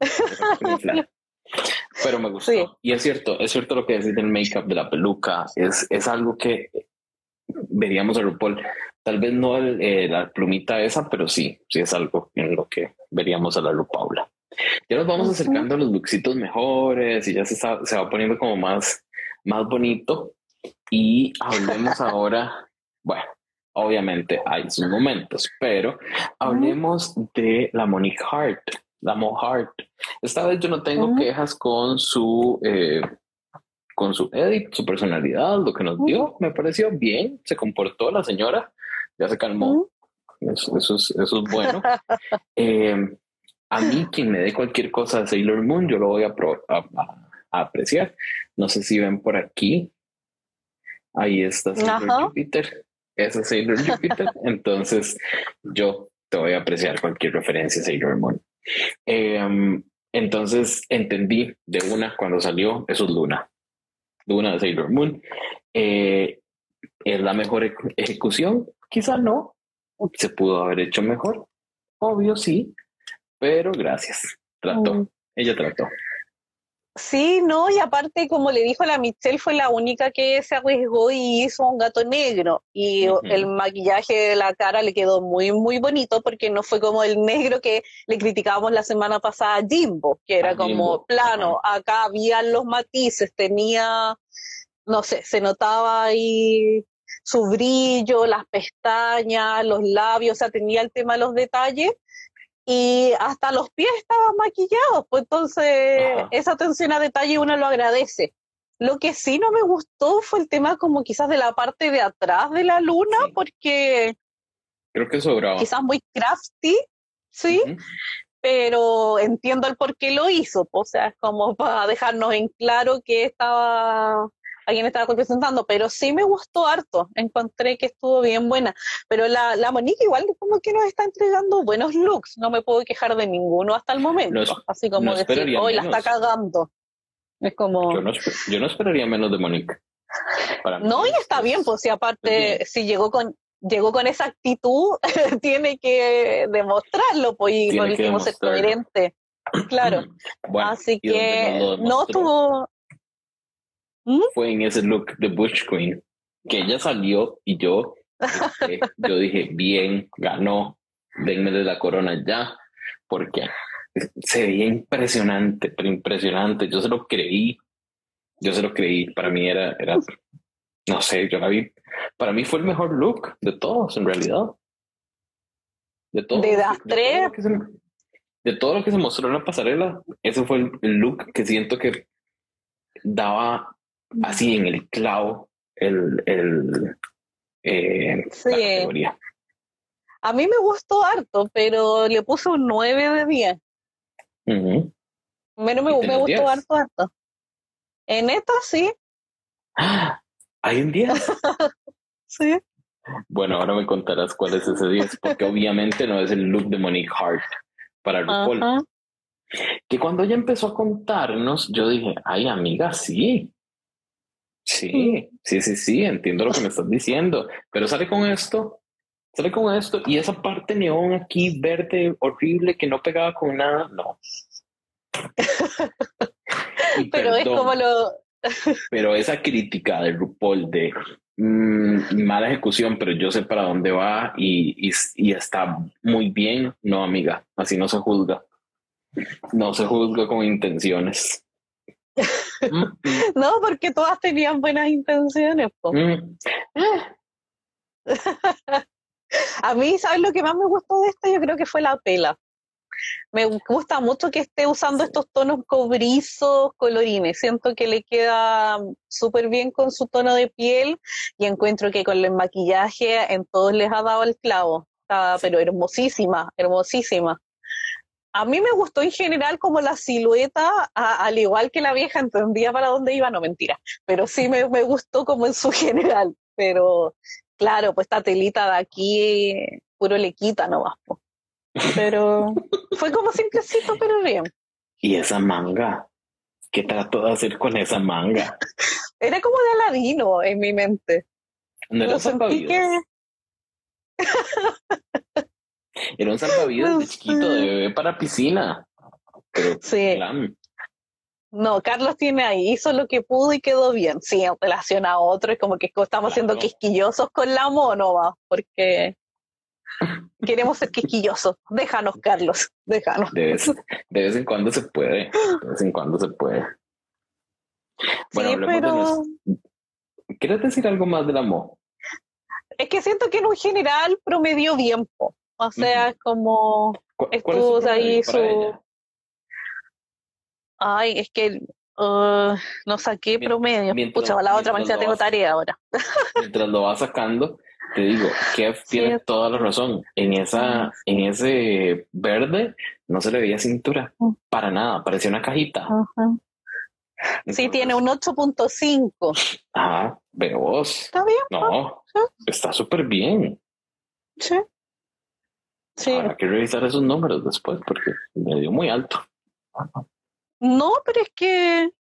Pero me gustó. Sí. Y es cierto lo que decís del make-up, de la peluca, es algo que veríamos a RuPaul. Tal vez no la plumita esa, pero sí es algo en lo que veríamos a la RuPaul. Ya nos vamos acercando a los looksitos mejores y ya se va poniendo como más bonito. Y hablemos ahora, bueno, obviamente hay sus momentos, pero hablemos de la Monique Hart, la Mo Hart. Esta vez yo no tengo quejas con su edit, su personalidad, lo que nos dio, me pareció bien, se comportó la señora, ya se calmó, eso es bueno. A mí, quien me dé cualquier cosa de Sailor Moon, yo lo voy a apreciar. No sé si ven por aquí, ahí está Sailor Jupiter, esa es Sailor Jupiter, entonces yo te voy a apreciar cualquier referencia a Sailor Moon. Entonces entendí de una cuando salió, eso es Luna de Sailor Moon. ¿Es la mejor ejecución? Quizá no. Se pudo haber hecho mejor. Obvio, sí. Pero gracias. Ella trató. Sí, no, y aparte, como le dijo la Michelle, fue la única que se arriesgó y hizo un gato negro. Y el maquillaje de la cara le quedó muy, muy bonito porque no fue como el negro que le criticábamos la semana pasada a Jimbo, que era como plano. Acá habían los matices, tenía, no sé, se notaba ahí su brillo, las pestañas, los labios, o sea, tenía el tema de los detalles. Y hasta los pies estaban maquillados, pues entonces esa atención a detalle uno lo agradece. Lo que sí no me gustó fue el tema como quizás de la parte de atrás de la luna, porque creo que sobraba. Quizás muy crafty, ¿sí? pero entiendo el por qué lo hizo, o sea, es como para dejarnos en claro que estaba, a quién estaba representando, pero sí me gustó harto, encontré que estuvo bien buena, pero la Monique igual como que nos está entregando buenos looks, no me puedo quejar de ninguno hasta el momento, así como no decir, hoy la está cagando, es como... Yo no esperaría menos de Monique. No, y está bien, pues si aparte, si llegó con esa actitud, tiene que demostrarlo, pues, y por último ser coherente. Claro. Bueno, así que no tuvo. Fue en ese look de Butch Queen, que ella salió y yo dije, bien, ganó, denme de la corona ya, porque se veía impresionante, pero impresionante. Yo se lo creí, para mí era no sé, yo la vi, para mí fue el mejor look de todos, en realidad. De todo, de las tres. De todo lo que se mostró en la pasarela, ese fue el look que siento que daba así en el clavo la categoría. A mí me gustó harto, pero le puse un 9 de 10. Uh-huh. Me gustó harto. En esta sí. ¿Hay un 10? Sí. Bueno, ahora me contarás cuál es ese 10, porque obviamente no es el look de Monique Hart para RuPaul. Uh-huh. Que cuando ella empezó a contarnos, yo dije, ay, amiga, sí. Sí, entiendo lo que me estás diciendo, pero sale con esto, y esa parte neón aquí, verde, horrible, que no pegaba con nada, no. Pero es como pero esa crítica de RuPaul de mala ejecución, pero yo sé para dónde va y está muy bien, no, amiga, así no se juzga. No se juzga con intenciones. No, porque todas tenían buenas intenciones. A mí, ¿sabes lo que más me gustó de esta? Yo creo que fue la pela. Me gusta mucho que esté usando estos tonos cobrizos, colorines. Siento que le queda súper bien con su tono de piel y encuentro que con el maquillaje en todos les ha dado el clavo. Pero hermosísima, hermosísima. A mí me gustó en general como la silueta, al igual que la vieja entendía para dónde iba, no mentira, pero sí me gustó como en su general. Pero claro, pues esta telita de aquí puro le quita nomás. Pero fue como simplecito, pero bien. ¿Y esa manga? ¿Qué trató de hacer con esa manga? Era como de Aladino en mi mente. No era salvavidas. Era un salvavidas de chiquito, de bebé para piscina. Pero sí. Glam. No, Carlos tiene ahí, hizo lo que pudo y quedó bien. Sí, en relación a otro, es como que estamos siendo quisquillosos con la mono, porque queremos ser quisquillosos. Déjanos, Carlos, déjanos. De vez en cuando se puede. Bueno, sí, pero... ¿Quieres decir algo más de la Mo? Es que siento que en un general promedió bien, o sea, es como... ¿Cuál es ahí para ella? Ay, es que no saqué promedio. Pucha, la otra manera tengo tarea ahora. Mientras lo vas sacando, te digo, Kev tiene toda la razón. En ese verde no se le veía cintura. Para nada, parecía una cajita. Uh-huh. Entonces, sí, tiene un 8.5. Ajá, pero vos. ¿Está bien? No, ¿sí? Está súper bien. Sí. Habrá que revisar esos números después porque me dio muy alto. No, pero es que...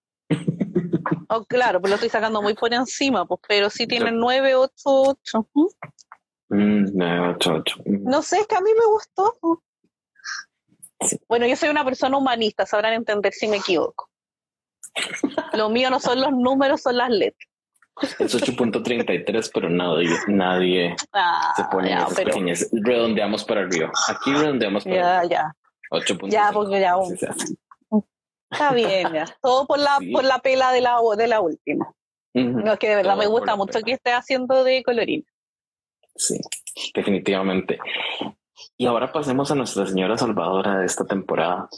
claro, pues lo estoy sacando muy por encima, pues, pero sí tiene 9.88. 9.88. No sé, es que a mí me gustó. Sí. Bueno, yo soy una persona humanista, sabrán entender si me equivoco. Lo mío no son los números, son las letras. Es 8.33, pero nadie se pone en esas pequeñas. Redondeamos para arriba. Aquí redondeamos para arriba. Ya. 8.5. Ya, porque ya. Está bien, ya. Todo por la pela de la última. Uh-huh. No, es que de verdad me gusta mucho que esté haciendo de colorín. Sí, definitivamente. Y ahora pasemos a Nuestra Señora Salvadora de esta temporada.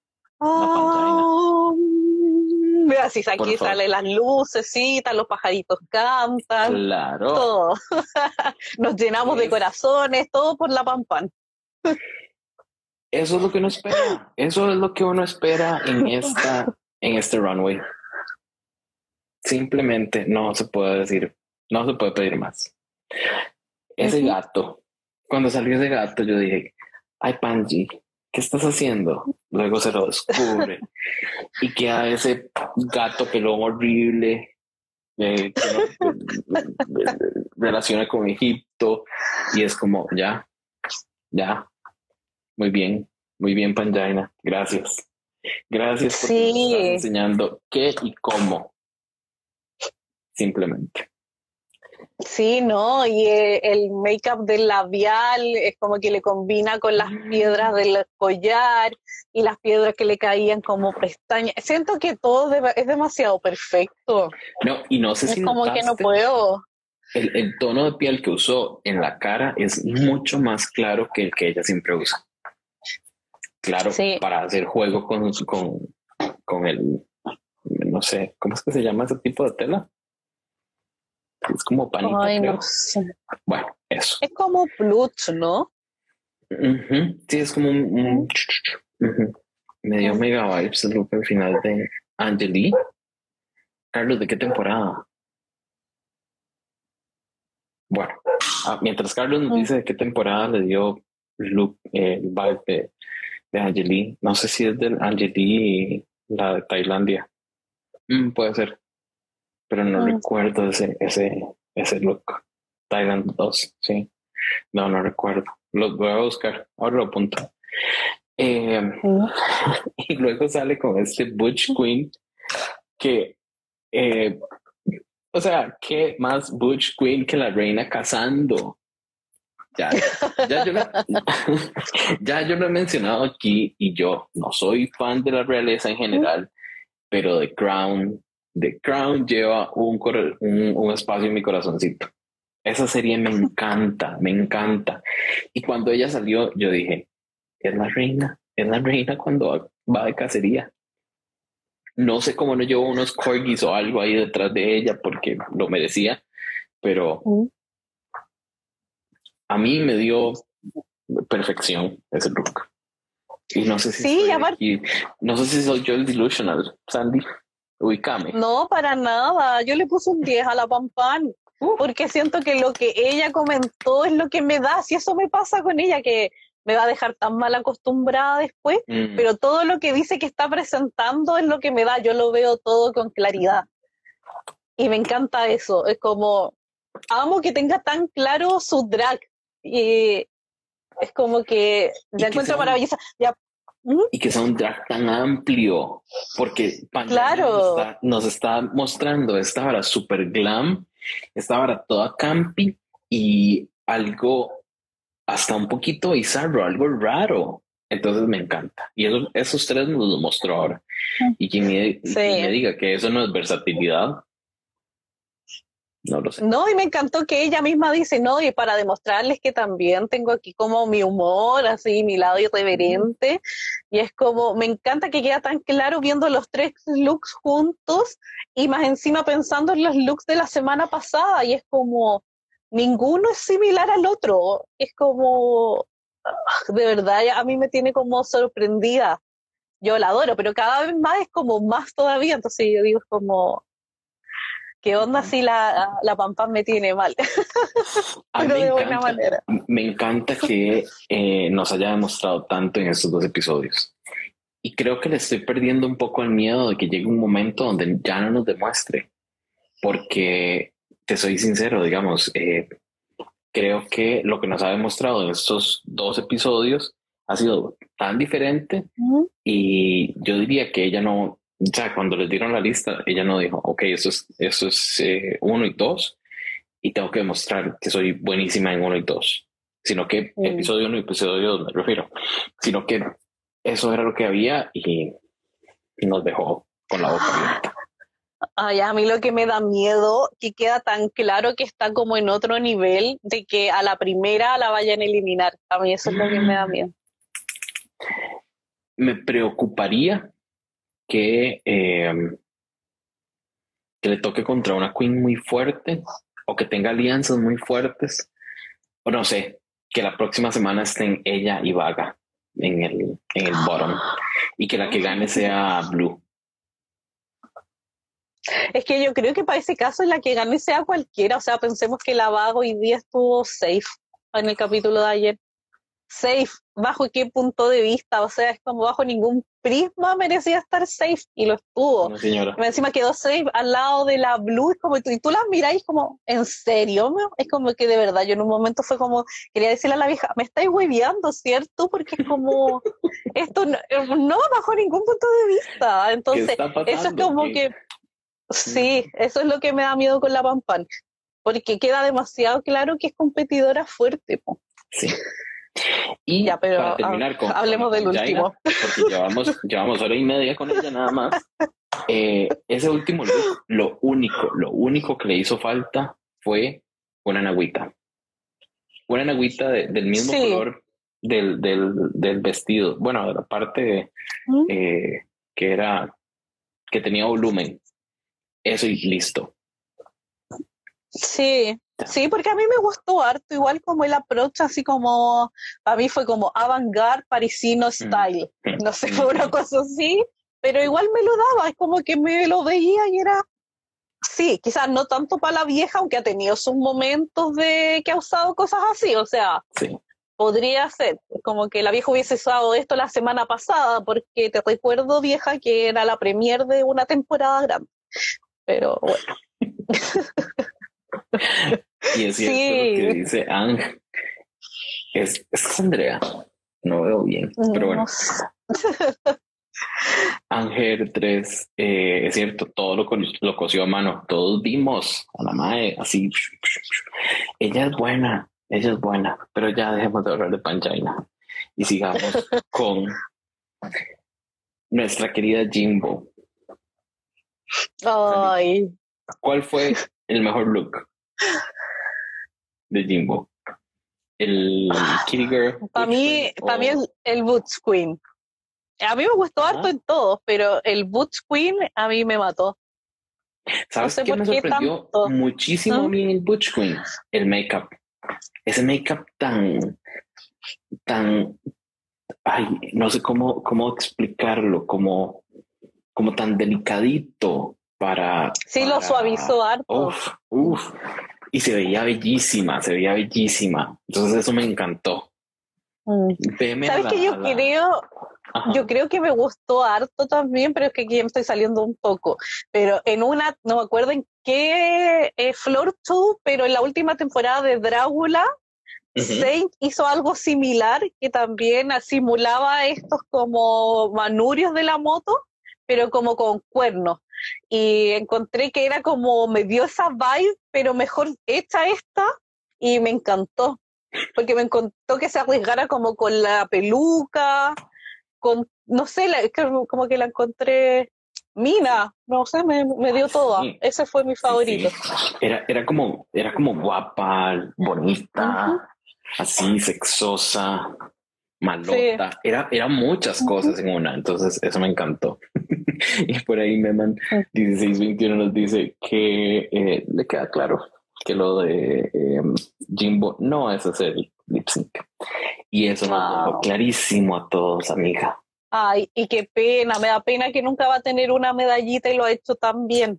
Mira, si aquí salen las lucecitas, los pajaritos cantan. Claro. Todo. Nos llenamos de corazones, todo por la Pampan. eso es lo que uno espera. Eso es lo que uno espera en este runway. Simplemente no se puede decir, no se puede pedir más. Ese gato, cuando salió ese gato, yo dije, ay, Panji, ¿qué estás haciendo? Luego se lo descubre y queda ese gato pelón horrible que relaciona con Egipto y es como, ya, muy bien, Panjaina, gracias. Gracias porque nos estás enseñando qué y cómo. Simplemente. Sí, ¿no? Y el make-up del labial es como que le combina con las piedras del collar y las piedras que le caían como pestañas. Siento que todo es demasiado perfecto. No, y no sé si es como notaste, que no puedo. el tono de piel que usó en la cara es mucho más claro que el que ella siempre usa. Claro, sí. Para hacer juego con el, no sé, ¿cómo es que se llama ese tipo de tela? Es como panita, ay, creo. No sé. Bueno, eso. Es como plush, ¿no? Sí, es como un me dio mega vibes el look al final de Angeli. Carlos, ¿de qué temporada? Bueno, mientras Carlos nos dice de qué temporada le dio look, el vibe de Angeli, no sé si es del Angeli la de Tailandia. Puede ser, pero no recuerdo ese look. Thailand 2, sí. No recuerdo. Lo voy a buscar. Ahora lo apunto. Y luego sale con este Butch Queen que, o sea, ¿qué más Butch Queen que la reina cazando? Ya yo lo he mencionado aquí y yo no soy fan de la realeza en general, pero The Crown lleva un espacio en mi corazoncito. Esa serie me encanta. Y cuando ella salió, yo dije, es la reina cuando va de cacería. No sé cómo no llevo unos corgis o algo ahí detrás de ella porque lo merecía, pero a mí me dio perfección ese look. Y no sé si no sé si soy yo el delusional, Sandy. Ubícame. No, para nada. Yo le puse un 10 a la Pampan. Porque siento que lo que ella comentó es lo que me da. Si eso me pasa con ella, que me va a dejar tan mal acostumbrada después, pero todo lo que dice que está presentando es lo que me da. Yo lo veo todo con claridad. Y me encanta eso. Es como, amo que tenga tan claro su drag. Y es como que la encuentro maravillosa. Ya. Y que sea un drag tan amplio, porque claro. nos está mostrando esta hora super glam, esta hora toda campi y algo hasta un poquito bizarro, algo raro. Entonces me encanta. Y esos tres nos lo mostró ahora. Y quien me diga que eso no es versatilidad, no lo sé. No, y me encantó que ella misma dice, no, y para demostrarles que también tengo aquí como mi humor, así, mi lado irreverente, y es como, me encanta que queda tan claro viendo los tres looks juntos, y más encima pensando en los looks de la semana pasada, y es como, ninguno es similar al otro, es como, de verdad, a mí me tiene como sorprendida, yo la adoro, pero cada vez más es como más todavía, entonces yo digo, es como... ¿Qué onda si la Pam Pam me tiene mal? Pero de buena manera. Me encanta que nos haya demostrado tanto en estos 2 episodios. Y creo que le estoy perdiendo un poco el miedo de que llegue un momento donde ya no nos demuestre. Porque, te soy sincero, digamos, creo que lo que nos ha demostrado en estos 2 episodios ha sido tan diferente. Y yo diría que ella no... O sea, cuando les dieron la lista, ella no dijo, ok, eso es 1 y 2 y tengo que demostrar que soy buenísima en 1 y 2, sino que episodio 1 y episodio 2 me refiero, sino que eso era lo que había y nos dejó con la boca abierta. Ay, a mí lo que me da miedo, que queda tan claro que está como en otro nivel, de que a la primera la vayan a eliminar. A mí eso es lo que me da miedo. Me preocuparía que le toque contra una queen muy fuerte o que tenga alianzas muy fuertes o no sé, que la próxima semana estén ella y Vaga. en el bottom y que la que gane sea Blue. Es que yo creo que para ese caso la que gane sea cualquiera, o sea, pensemos que la Vago hoy día estuvo safe en el capítulo de ayer. Safe, ¿bajo qué punto de vista? O sea, es como bajo ningún prisma merecía estar safe y lo estuvo. No, señora. Y encima quedó safe al lado de la Blue, es como, y tú las miráis como, ¿en serio? Es como que de verdad, yo en un momento fue como, quería decirle a la vieja, me estáis hueveando, ¿cierto? Porque es como, esto no bajo ningún punto de vista. Entonces, eso es como que, sí, eso es lo que me da miedo con la Pan Pan, porque queda demasiado claro que es competidora fuerte, po. Sí. Y ya, pero para terminar hablemos del último. Porque llevamos hora y media con ella nada más. Ese último look, lo único que le hizo falta fue una nagüita. Una nagüita del mismo color del vestido. Bueno, de la parte que tenía volumen. Eso y listo. Sí, sí, porque a mí me gustó harto, igual como el approach, así como, a mí fue como avant-garde parisino style, no sé, fue una cosa así, pero igual me lo daba, es como que me lo veía y era, sí, quizás no tanto para la vieja, aunque ha tenido sus momentos de que ha usado cosas así, o sea, sí. Podría ser, como que la vieja hubiese usado esto la semana pasada, porque te recuerdo, vieja, que era la premier de una temporada grande, pero bueno. Y es cierto lo que dice Ang. Es Andrea. No veo bien, pero bueno. Ángel 3, es cierto, todo lo cosió a mano. Todos vimos a la mae así. Ella es buena, pero ya dejemos de hablar de Panchaina y sigamos con nuestra querida Jimbo. Ay. ¿Cuál fue el mejor look de Jimbo? ¿El Kitty Girl? Para mí el Boots Queen. A mí me gustó harto en todos, pero el Boots Queen a mí me mató. ¿Sabes no sé qué me sorprendió muchísimo a mí en el Butch Queen? El make-up. Ese make-up tan, ay, no sé cómo explicarlo, como tan delicadito para... Sí, lo suavizó harto. Uf. Y se veía bellísima. Entonces eso me encantó. ¿Sabes qué? Yo creo que me gustó harto también, pero es que aquí ya me estoy saliendo un poco. Pero en una, no me acuerdo en qué Floor 2, pero en la última temporada de Drácula, Saint hizo algo similar, que también simulaba estos como manurios de la moto, pero como con cuernos. Y encontré que era como, me dio esa vibe, pero mejor hecha esta, y me encantó. Porque me encantó que se arriesgara como con la peluca, con, no sé, como que la encontré mina, no sé, me dio toda. Sí. Ese fue mi favorito. Sí. Era como guapa, bonita, así, sexosa, malota. Sí. Era muchas cosas en una, entonces eso me encantó. Y por ahí Meman 1621 nos dice que le queda claro que lo de Jimbo no es hacer lip sync. Y eso nos dejó clarísimo a todos, amiga. Ay, y qué pena, me da pena que nunca va a tener una medallita y lo ha hecho tan bien.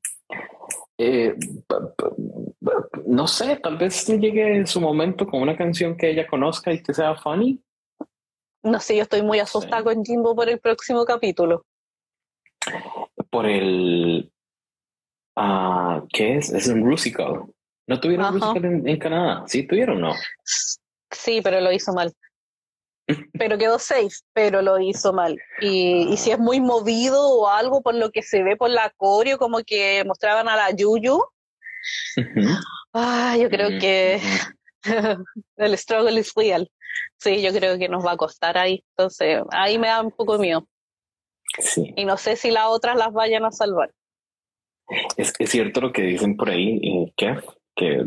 No sé, tal vez llegue en su momento con una canción que ella conozca y que sea funny. No sé, yo estoy muy asustada con Jimbo por el próximo capítulo. Por el... ¿qué es? Es un musical. ¿No tuvieron musical en Canadá? ¿Sí tuvieron o no? Sí, pero lo hizo mal. Pero quedó safe, pero lo hizo mal. Y si es muy movido o algo por lo que se ve por la coreo, como que mostraban a la Yuyu. Yo creo que el struggle is real. Sí, yo creo que nos va a costar ahí. Entonces, ahí me da un poco de miedo. Sí. Y no sé si las otras las vayan a salvar. Es cierto lo que dicen por ahí, Kev, que...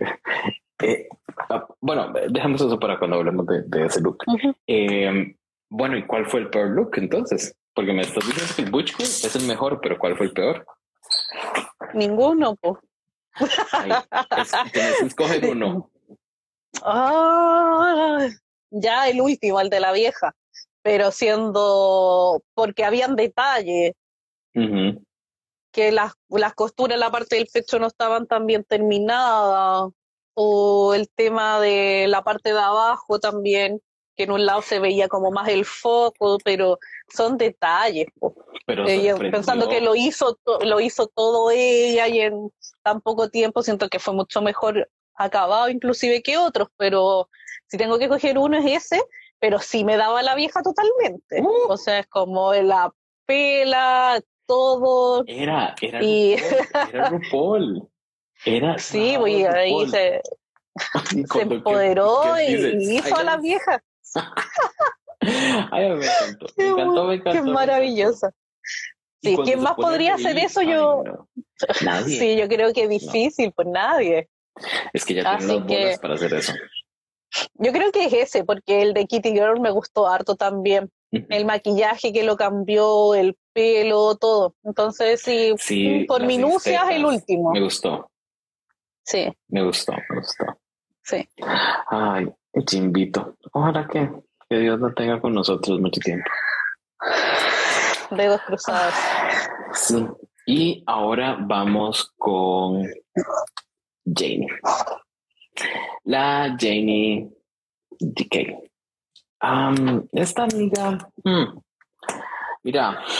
bueno, dejamos eso para cuando hablemos de ese look. Bueno, ¿y cuál fue el peor look entonces? Porque me estás diciendo que el Butch Queen es el mejor, pero ¿cuál fue el peor? Ninguno, pues. Tienes que escoger uno. ya el último, el de la vieja, pero porque habían detalles, que las costuras en la parte del pecho no estaban tan bien terminadas, o el tema de la parte de abajo también, que en un lado se veía como más el foco, pero son detalles. Pero pensando que lo hizo todo ella y en tan poco tiempo, siento que fue mucho mejor acabado inclusive que otros, pero si tengo que coger uno es ese, pero sí me daba la vieja totalmente. O sea, es como la pela, todo. Era RuPaul. Sí, pues ahí se empoderó y hizo a la vieja. Ay, me encantó. Qué maravillosa. Sí, ¿quién más podría hacer eso? Yo. No. Nadie. Sí, yo creo que es difícil, pues nadie. Es que ya tienen las bolas para hacer eso. Yo creo que es ese, porque el de Kitty Girl me gustó harto también. El maquillaje que lo cambió, el pelo, todo. Entonces, sí, por minucias, el último. Me gustó. Sí. Me gustó. Sí. Ay, te invito. Ojalá que Dios no tenga con nosotros mucho tiempo. Dedos cruzados. Sí. Y ahora vamos con Janie. La Janie DK. Esta amiga, mira,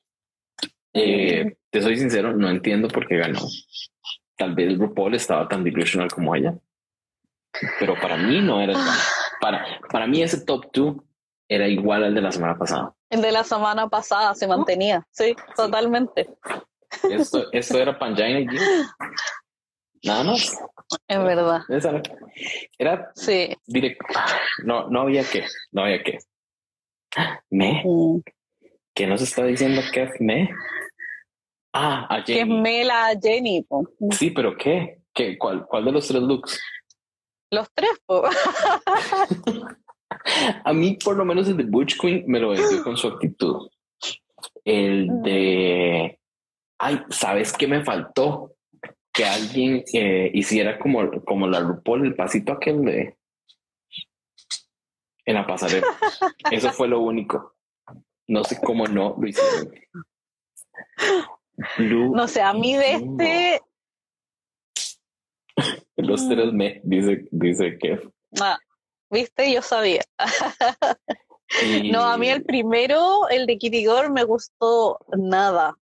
te soy sincero, no entiendo por qué ganó. Tal vez RuPaul estaba tan delusional como ella, pero para mí no era para mí ese top 2 era igual al de la semana pasada. El de la semana pasada se mantenía, sí, totalmente. Esto era Pangina y Jim. Nada más. Es verdad. Era sí. Directo. No había que. ¿Qué nos está diciendo Kev Me? A Janie. Que es Mela Jenny. Po. Sí, pero ¿qué? ¿Cuál de los 3 looks? Los 3, po. A mí, por lo menos, el de Butch Queen me lo vendió con su actitud. El de... Ay, ¿sabes qué me faltó? Que alguien hiciera como la RuPaul, el pasito aquel de... En la pasarela. Eso fue lo único. No sé cómo no lo hicieron. No sé, a mí de este... Los 3 dice Kev. ¿Viste? Yo sabía. No, a mí el primero, el de Kitty Girl, me gustó nada.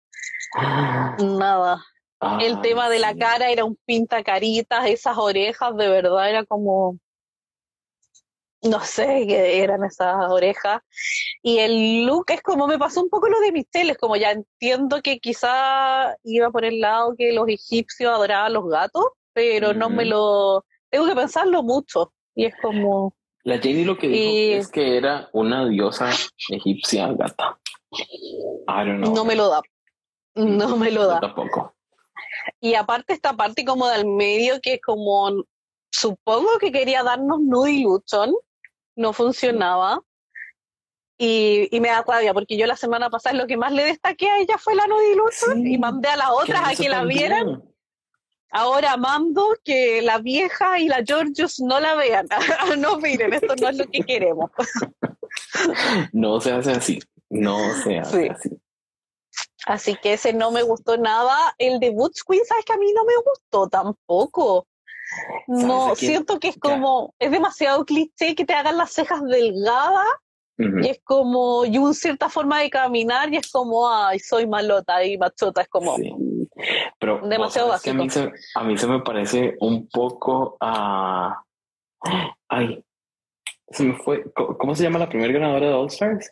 El tema de la cara era un pintacaritas, esas orejas, de verdad, era como... No sé qué eran esas orejas. Y el look es como me pasó un poco lo de Michelle, es como ya entiendo que quizá iba por el lado que los egipcios adoraban los gatos, pero no me lo... Tengo que pensarlo mucho. Y es como... La Janie lo que dijo es que era una diosa egipcia gata. I don't know. No me lo da. No me lo da. Tampoco. Y aparte esta parte como del medio que es como... Supongo que quería darnos Nude Luchon. No funcionaba. Y me da rabia, porque yo la semana pasada lo que más le destaqué a ella fue la Nude Luchon y mandé a las otras a que la vieran. Ahora mando que la vieja y la Georgios no la vean. No, miren, esto no es lo que queremos. No se hace así. Así. Así que ese no me gustó nada. El de Butch Queen, ¿sabes que a mí no me gustó tampoco? No, siento que es como, es demasiado cliché que te hagan las cejas delgadas y es como, y una cierta forma de caminar y es como, ay, soy malota y machota, es como... Sí. Pero demasiado básico. Que a mí se me parece un poco a... Ay, se me fue. ¿Cómo se llama la primera ganadora de All Stars?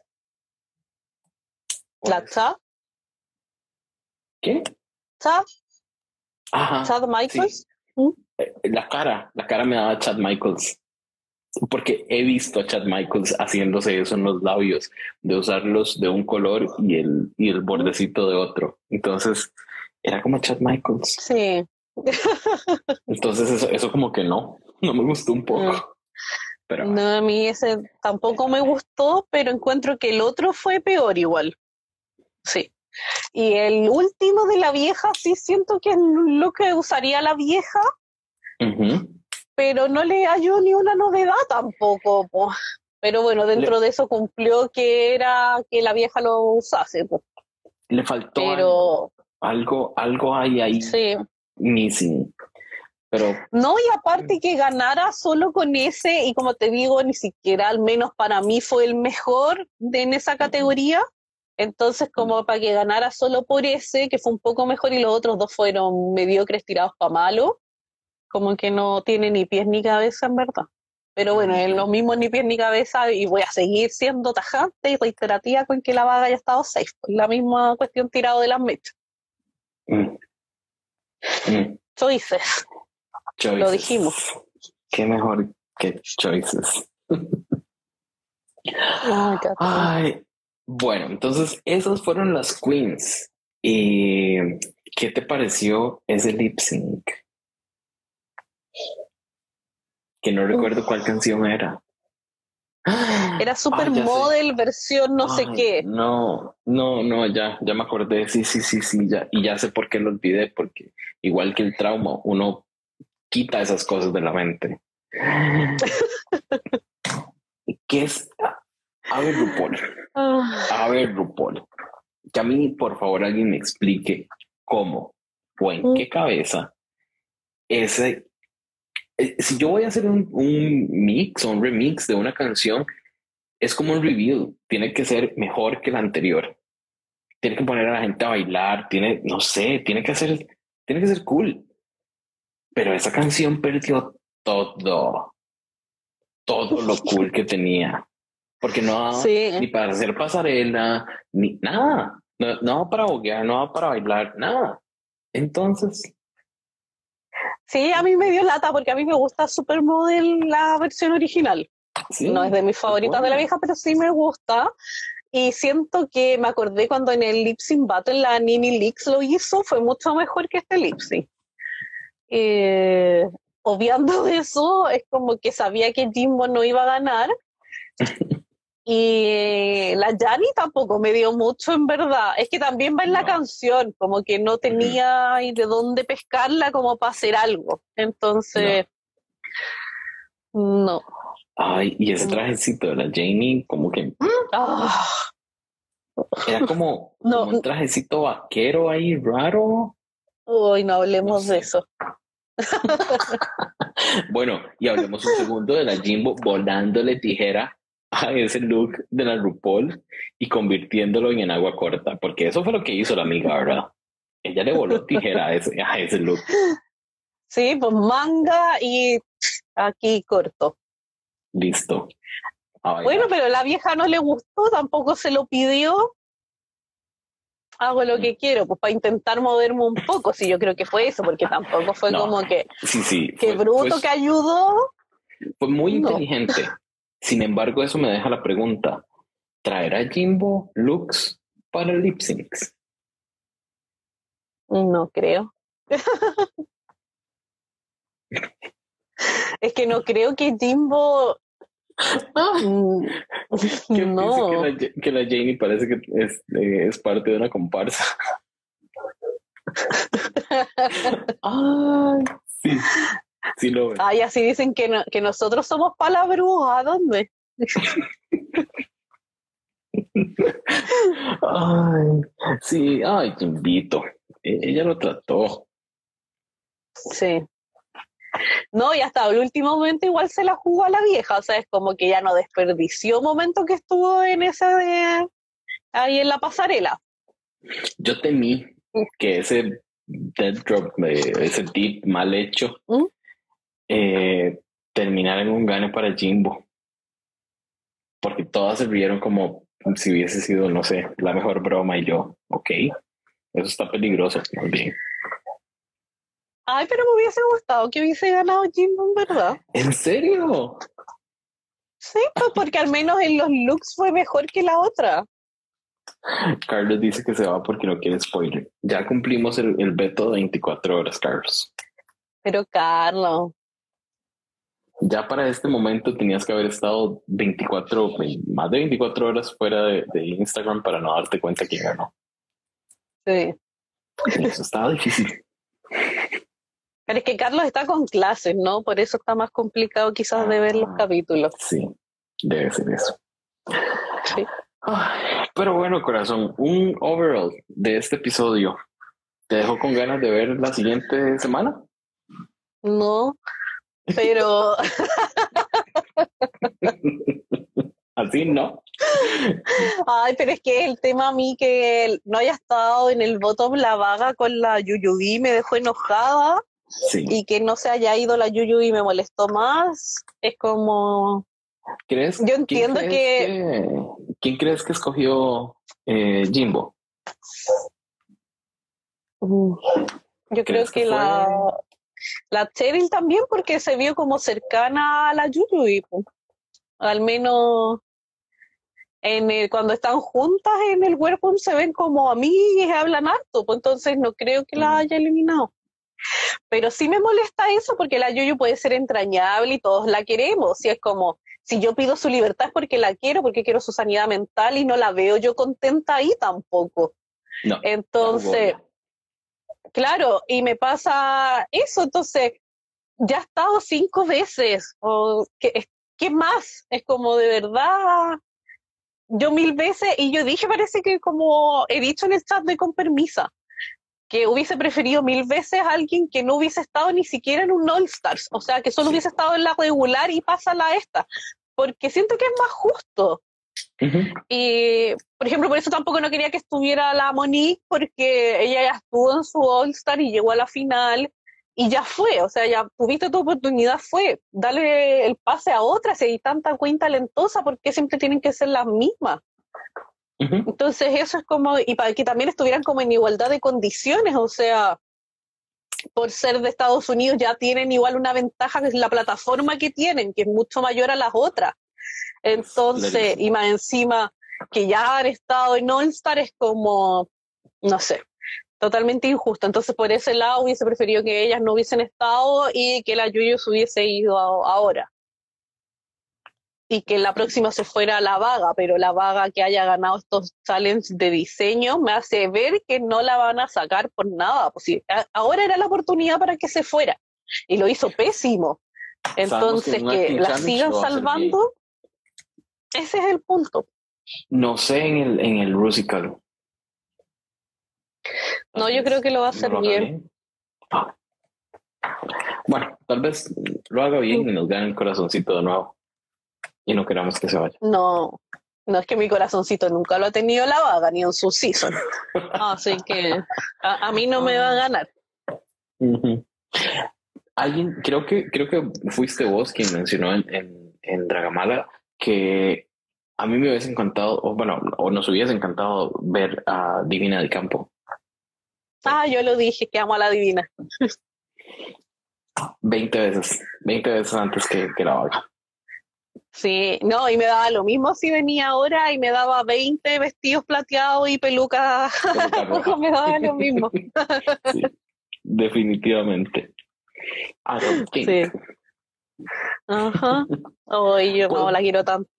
¿La Chad? ¿Qué? ¿Chad? Ajá. ¿Chad Michaels? Sí. La cara me daba Chad Michaels. Porque he visto a Chad Michaels haciéndose eso en los labios, de usarlos de un color y el bordecito de otro. Entonces, era como Chad Michaels. Sí. Entonces, eso como que no me gustó un poco. Pero, no, a mí ese tampoco me gustó, pero encuentro que el otro fue peor igual. Sí. Y el último de la vieja, sí siento que es lo que usaría la vieja, pero no le hallo ni una novedad tampoco. Po. Pero bueno, dentro de eso cumplió que era que la vieja lo usase. Pues. Le faltó algo hay ahí sí. missing. Pero no, y aparte que ganara solo con ese, y como te digo, ni siquiera al menos para mí fue el mejor en esa categoría. Entonces, como para que ganara solo por ese, que fue un poco mejor, y los otros dos fueron mediocres tirados para malo, como que no tiene ni pies ni cabeza, en verdad. Pero bueno, en lo mismo ni pies ni cabeza, y voy a seguir siendo tajante y reiterativa con que la vaga haya estado safe. La misma cuestión tirado de las mechas. Choices. Lo dijimos. Qué mejor que Choices. Ay, bueno, entonces esas fueron las queens. ¿Y qué te pareció ese lip sync? Que no recuerdo cuál canción era. Era Supermodel versión no sé qué. No, ya me acordé. Sí, ya. Y ya sé por qué lo olvidé, porque igual que el trauma, uno quita esas cosas de la mente. ¿Qué es? A ver, RuPaul. Que a mí, por favor, alguien me explique cómo o en qué cabeza ese... si yo voy a hacer un mix o un remix de una canción, es como un review. Tiene que ser mejor que la anterior. Tiene que poner a la gente a bailar. No sé, tiene que ser cool. Pero esa canción perdió todo lo cool que tenía. Porque no daba ni para hacer pasarela, ni nada. No para boguear, no para bailar, nada. Entonces. Sí, a mí me dio lata porque a mí me gusta Supermodel la versión original. Sí, no es de mis favoritas de la vieja, pero sí me gusta. Y siento que me acordé cuando en el Lip Sync Battle la Nini Leakes lo hizo, fue mucho mejor que este Lip Sync. Obviando eso, es como que sabía que Jimbo no iba a ganar. Y la Yanni tampoco me dio mucho, en verdad. Es que también va en la canción, como que no tenía de dónde pescarla como para hacer algo. Entonces, no. Ay, y ese trajecito de la Jamie, como que... Era como un trajecito vaquero ahí raro. Uy, no hablemos de eso. Bueno, y hablemos un segundo de la Jimbo volándole tijera a ese look de la RuPaul y convirtiéndolo en agua corta, porque eso fue lo que hizo la amiga, ¿verdad? Ella le voló tijera a ese look. Sí, pues manga y aquí corto. Listo. Bueno, pero a la vieja no le gustó, tampoco se lo pidió. Hago lo que quiero, pues para intentar moverme un poco, sí, yo creo que fue eso, porque tampoco fue como que... Sí. Que bruto que ayudó. Fue muy inteligente. Sin embargo, eso me deja la pregunta. ¿Traerá Jimbo looks para lip syncs? No creo. Es que no creo que Jimbo... no. Que la Janie parece que es parte de una comparsa. Ay, sí lo veo. Ay, así dicen que nosotros somos palabras. ¿A dónde? Ay, sí, te invito. Ella lo trató. Sí. No, y hasta el último momento igual se la jugó a la vieja, o sea, es como que ya no desperdició momento que estuvo en ahí en la pasarela. Yo temí que ese dead drop, ese tip mal hecho, terminara en un gane para Jimbo. Porque todas se rieron como si hubiese sido, no sé, la mejor broma, y yo, ok, eso está peligroso, muy bien. Ay, pero me hubiese gustado que hubiese ganado Jimbo, en verdad. ¿En serio? Sí, pues porque al menos en los looks fue mejor que la otra. Carlos dice que se va porque no quiere spoiler. Ya cumplimos el veto de 24 horas, Carlos. Pero Carlos. Ya para este momento tenías que haber estado más de 24 horas fuera de Instagram para no darte cuenta quién ganó. Sí. Eso estaba difícil. Pero es que Carlos está con clases, ¿no? Por eso está más complicado quizás de ver los capítulos. Sí, Debe ser eso. Sí. Pero bueno, corazón, un overall de este episodio. ¿Te dejó con ganas de ver la siguiente semana? No, pero Así no. ay, pero es que el tema a mí que no haya estado en el bottom la vaga con la Yuyubi me dejó enojada. Sí. Y que no se haya ido la Yuyubi me molestó más. Es como... ¿Crees? Yo entiendo ¿Quién crees que escogió Jimbo? Yo creo que la Cheryl también, porque se vio como cercana a la Yuyubi. Al menos cuando están juntas en el Webtoon se ven como amigas, hablan harto, pues entonces no creo que la haya eliminado. Pero sí me molesta eso porque la Yuyu puede ser entrañable y todos la queremos. Si es como, si yo pido su libertad es porque la quiero, porque quiero su sanidad mental y no la veo yo contenta ahí tampoco. No. Entonces, claro, y me pasa eso, entonces, ya he estado 5 veces. ¿Qué más? Es como de verdad, yo 1000 veces, y yo dije, parece que como he dicho en el chat de Con Permisa, que hubiese preferido 1000 veces a alguien que no hubiese estado ni siquiera en un All Stars, o sea, que solo hubiese estado en la regular y pasa la esta, porque siento que es más justo. Y, por ejemplo, por eso tampoco no quería que estuviera la Monique, porque ella ya estuvo en su All Star y llegó a la final y ya fue, o sea, ya tuviste tu oportunidad, fue, dale el pase a otra, si hay tanta queen talentosa, ¿por qué siempre tienen que ser las mismas? Entonces eso es como, y para que también estuvieran como en igualdad de condiciones, o sea, por ser de Estados Unidos ya tienen igual una ventaja que es la plataforma que tienen, que es mucho mayor a las otras. Entonces, y más encima que ya han estado en All Star es como, no sé, totalmente injusto. Entonces por ese lado hubiese preferido que ellas no hubiesen estado y que la Yuyu se hubiese ido ahora. Y que la próxima se fuera la vaga, pero la vaga que haya ganado estos challenges de diseño me hace ver que no la van a sacar por nada. Pues sí, ahora era la oportunidad para que se fuera y lo hizo pésimo. Entonces que la sigan salvando, ese es el punto. No sé en el Rusical. No, yo creo que lo va a hacer bien. Bueno, tal vez lo haga bien y nos gane el corazoncito de nuevo. Y no queramos que se vaya. No, no es que mi corazoncito nunca lo ha tenido la vaga, ni en su season. Así que a mí no me va a ganar. Alguien, creo que fuiste vos quien mencionó en Dragamala que a mí me hubiese encantado, o nos hubiese encantado ver a Divina del Campo. Yo lo dije, que amo a la Divina. 20 veces antes que la vaga. Sí, no, y me daba lo mismo si venía ahora y me daba 20 vestidos plateados y pelucas rojas, me daba lo mismo. Sí, definitivamente. Sí. Ajá. Yo no la quiero tanto.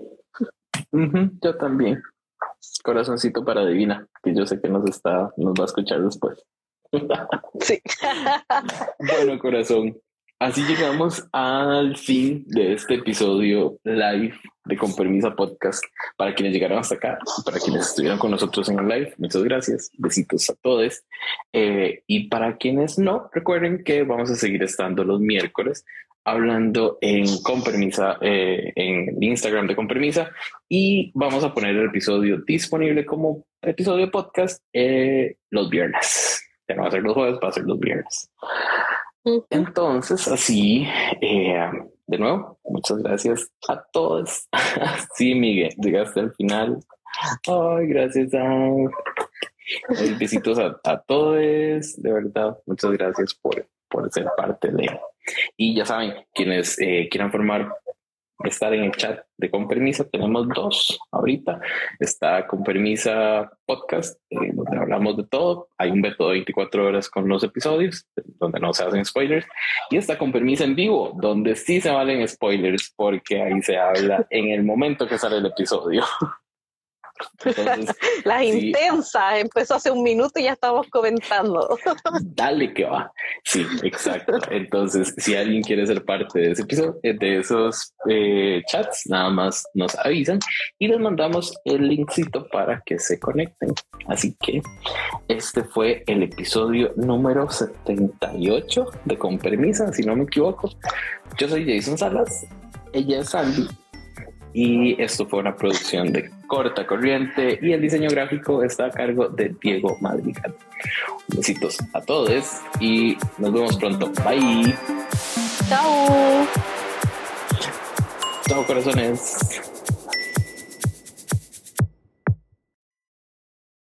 Yo también. Corazoncito para Divina, que yo sé que nos va a escuchar después. Sí. Bueno, corazón. Así llegamos al fin de este episodio live de Con Permisa Podcast. Para quienes llegaron hasta acá, para quienes estuvieron con nosotros en el live, muchas gracias. Besitos a todos. Y para quienes no, recuerden que vamos a seguir estando los miércoles hablando Con Permisa, en Instagram de Con Permisa, y vamos a poner el episodio disponible como episodio de podcast los viernes. Ya no va a ser los jueves, va a ser los viernes. Entonces, así, de nuevo, muchas gracias a todos. Sí, Miguel, llegaste al final. Ay, gracias besitos a todos, de verdad. Muchas gracias por ser parte de. Y ya saben, quienes quieran estar en el chat de Con Permisa, tenemos 2 ahorita. Está Con Permisa Podcast, donde hablamos de todo. Hay un veto de 24 horas con los episodios, donde no se hacen spoilers. Y está Con Permisa en vivo, donde sí se valen spoilers, porque ahí se habla en el momento que sale el episodio. Entonces, las intensas, empezó hace un minuto y ya estamos comentando. Dale que va. Sí, exacto. Entonces, si alguien quiere ser parte de ese episodio, de esos chats, nada más nos avisan y les mandamos el linkcito para que se conecten. Así que este fue el episodio número 78 de Con Permisa, si no me equivoco. Yo soy Jason Salas, ella es Sandy. Y esto fue una producción de Corta Corriente y el diseño gráfico está a cargo de Diego Madrigal. Besitos a todos y nos vemos pronto. Bye. Chao. Chao, corazones.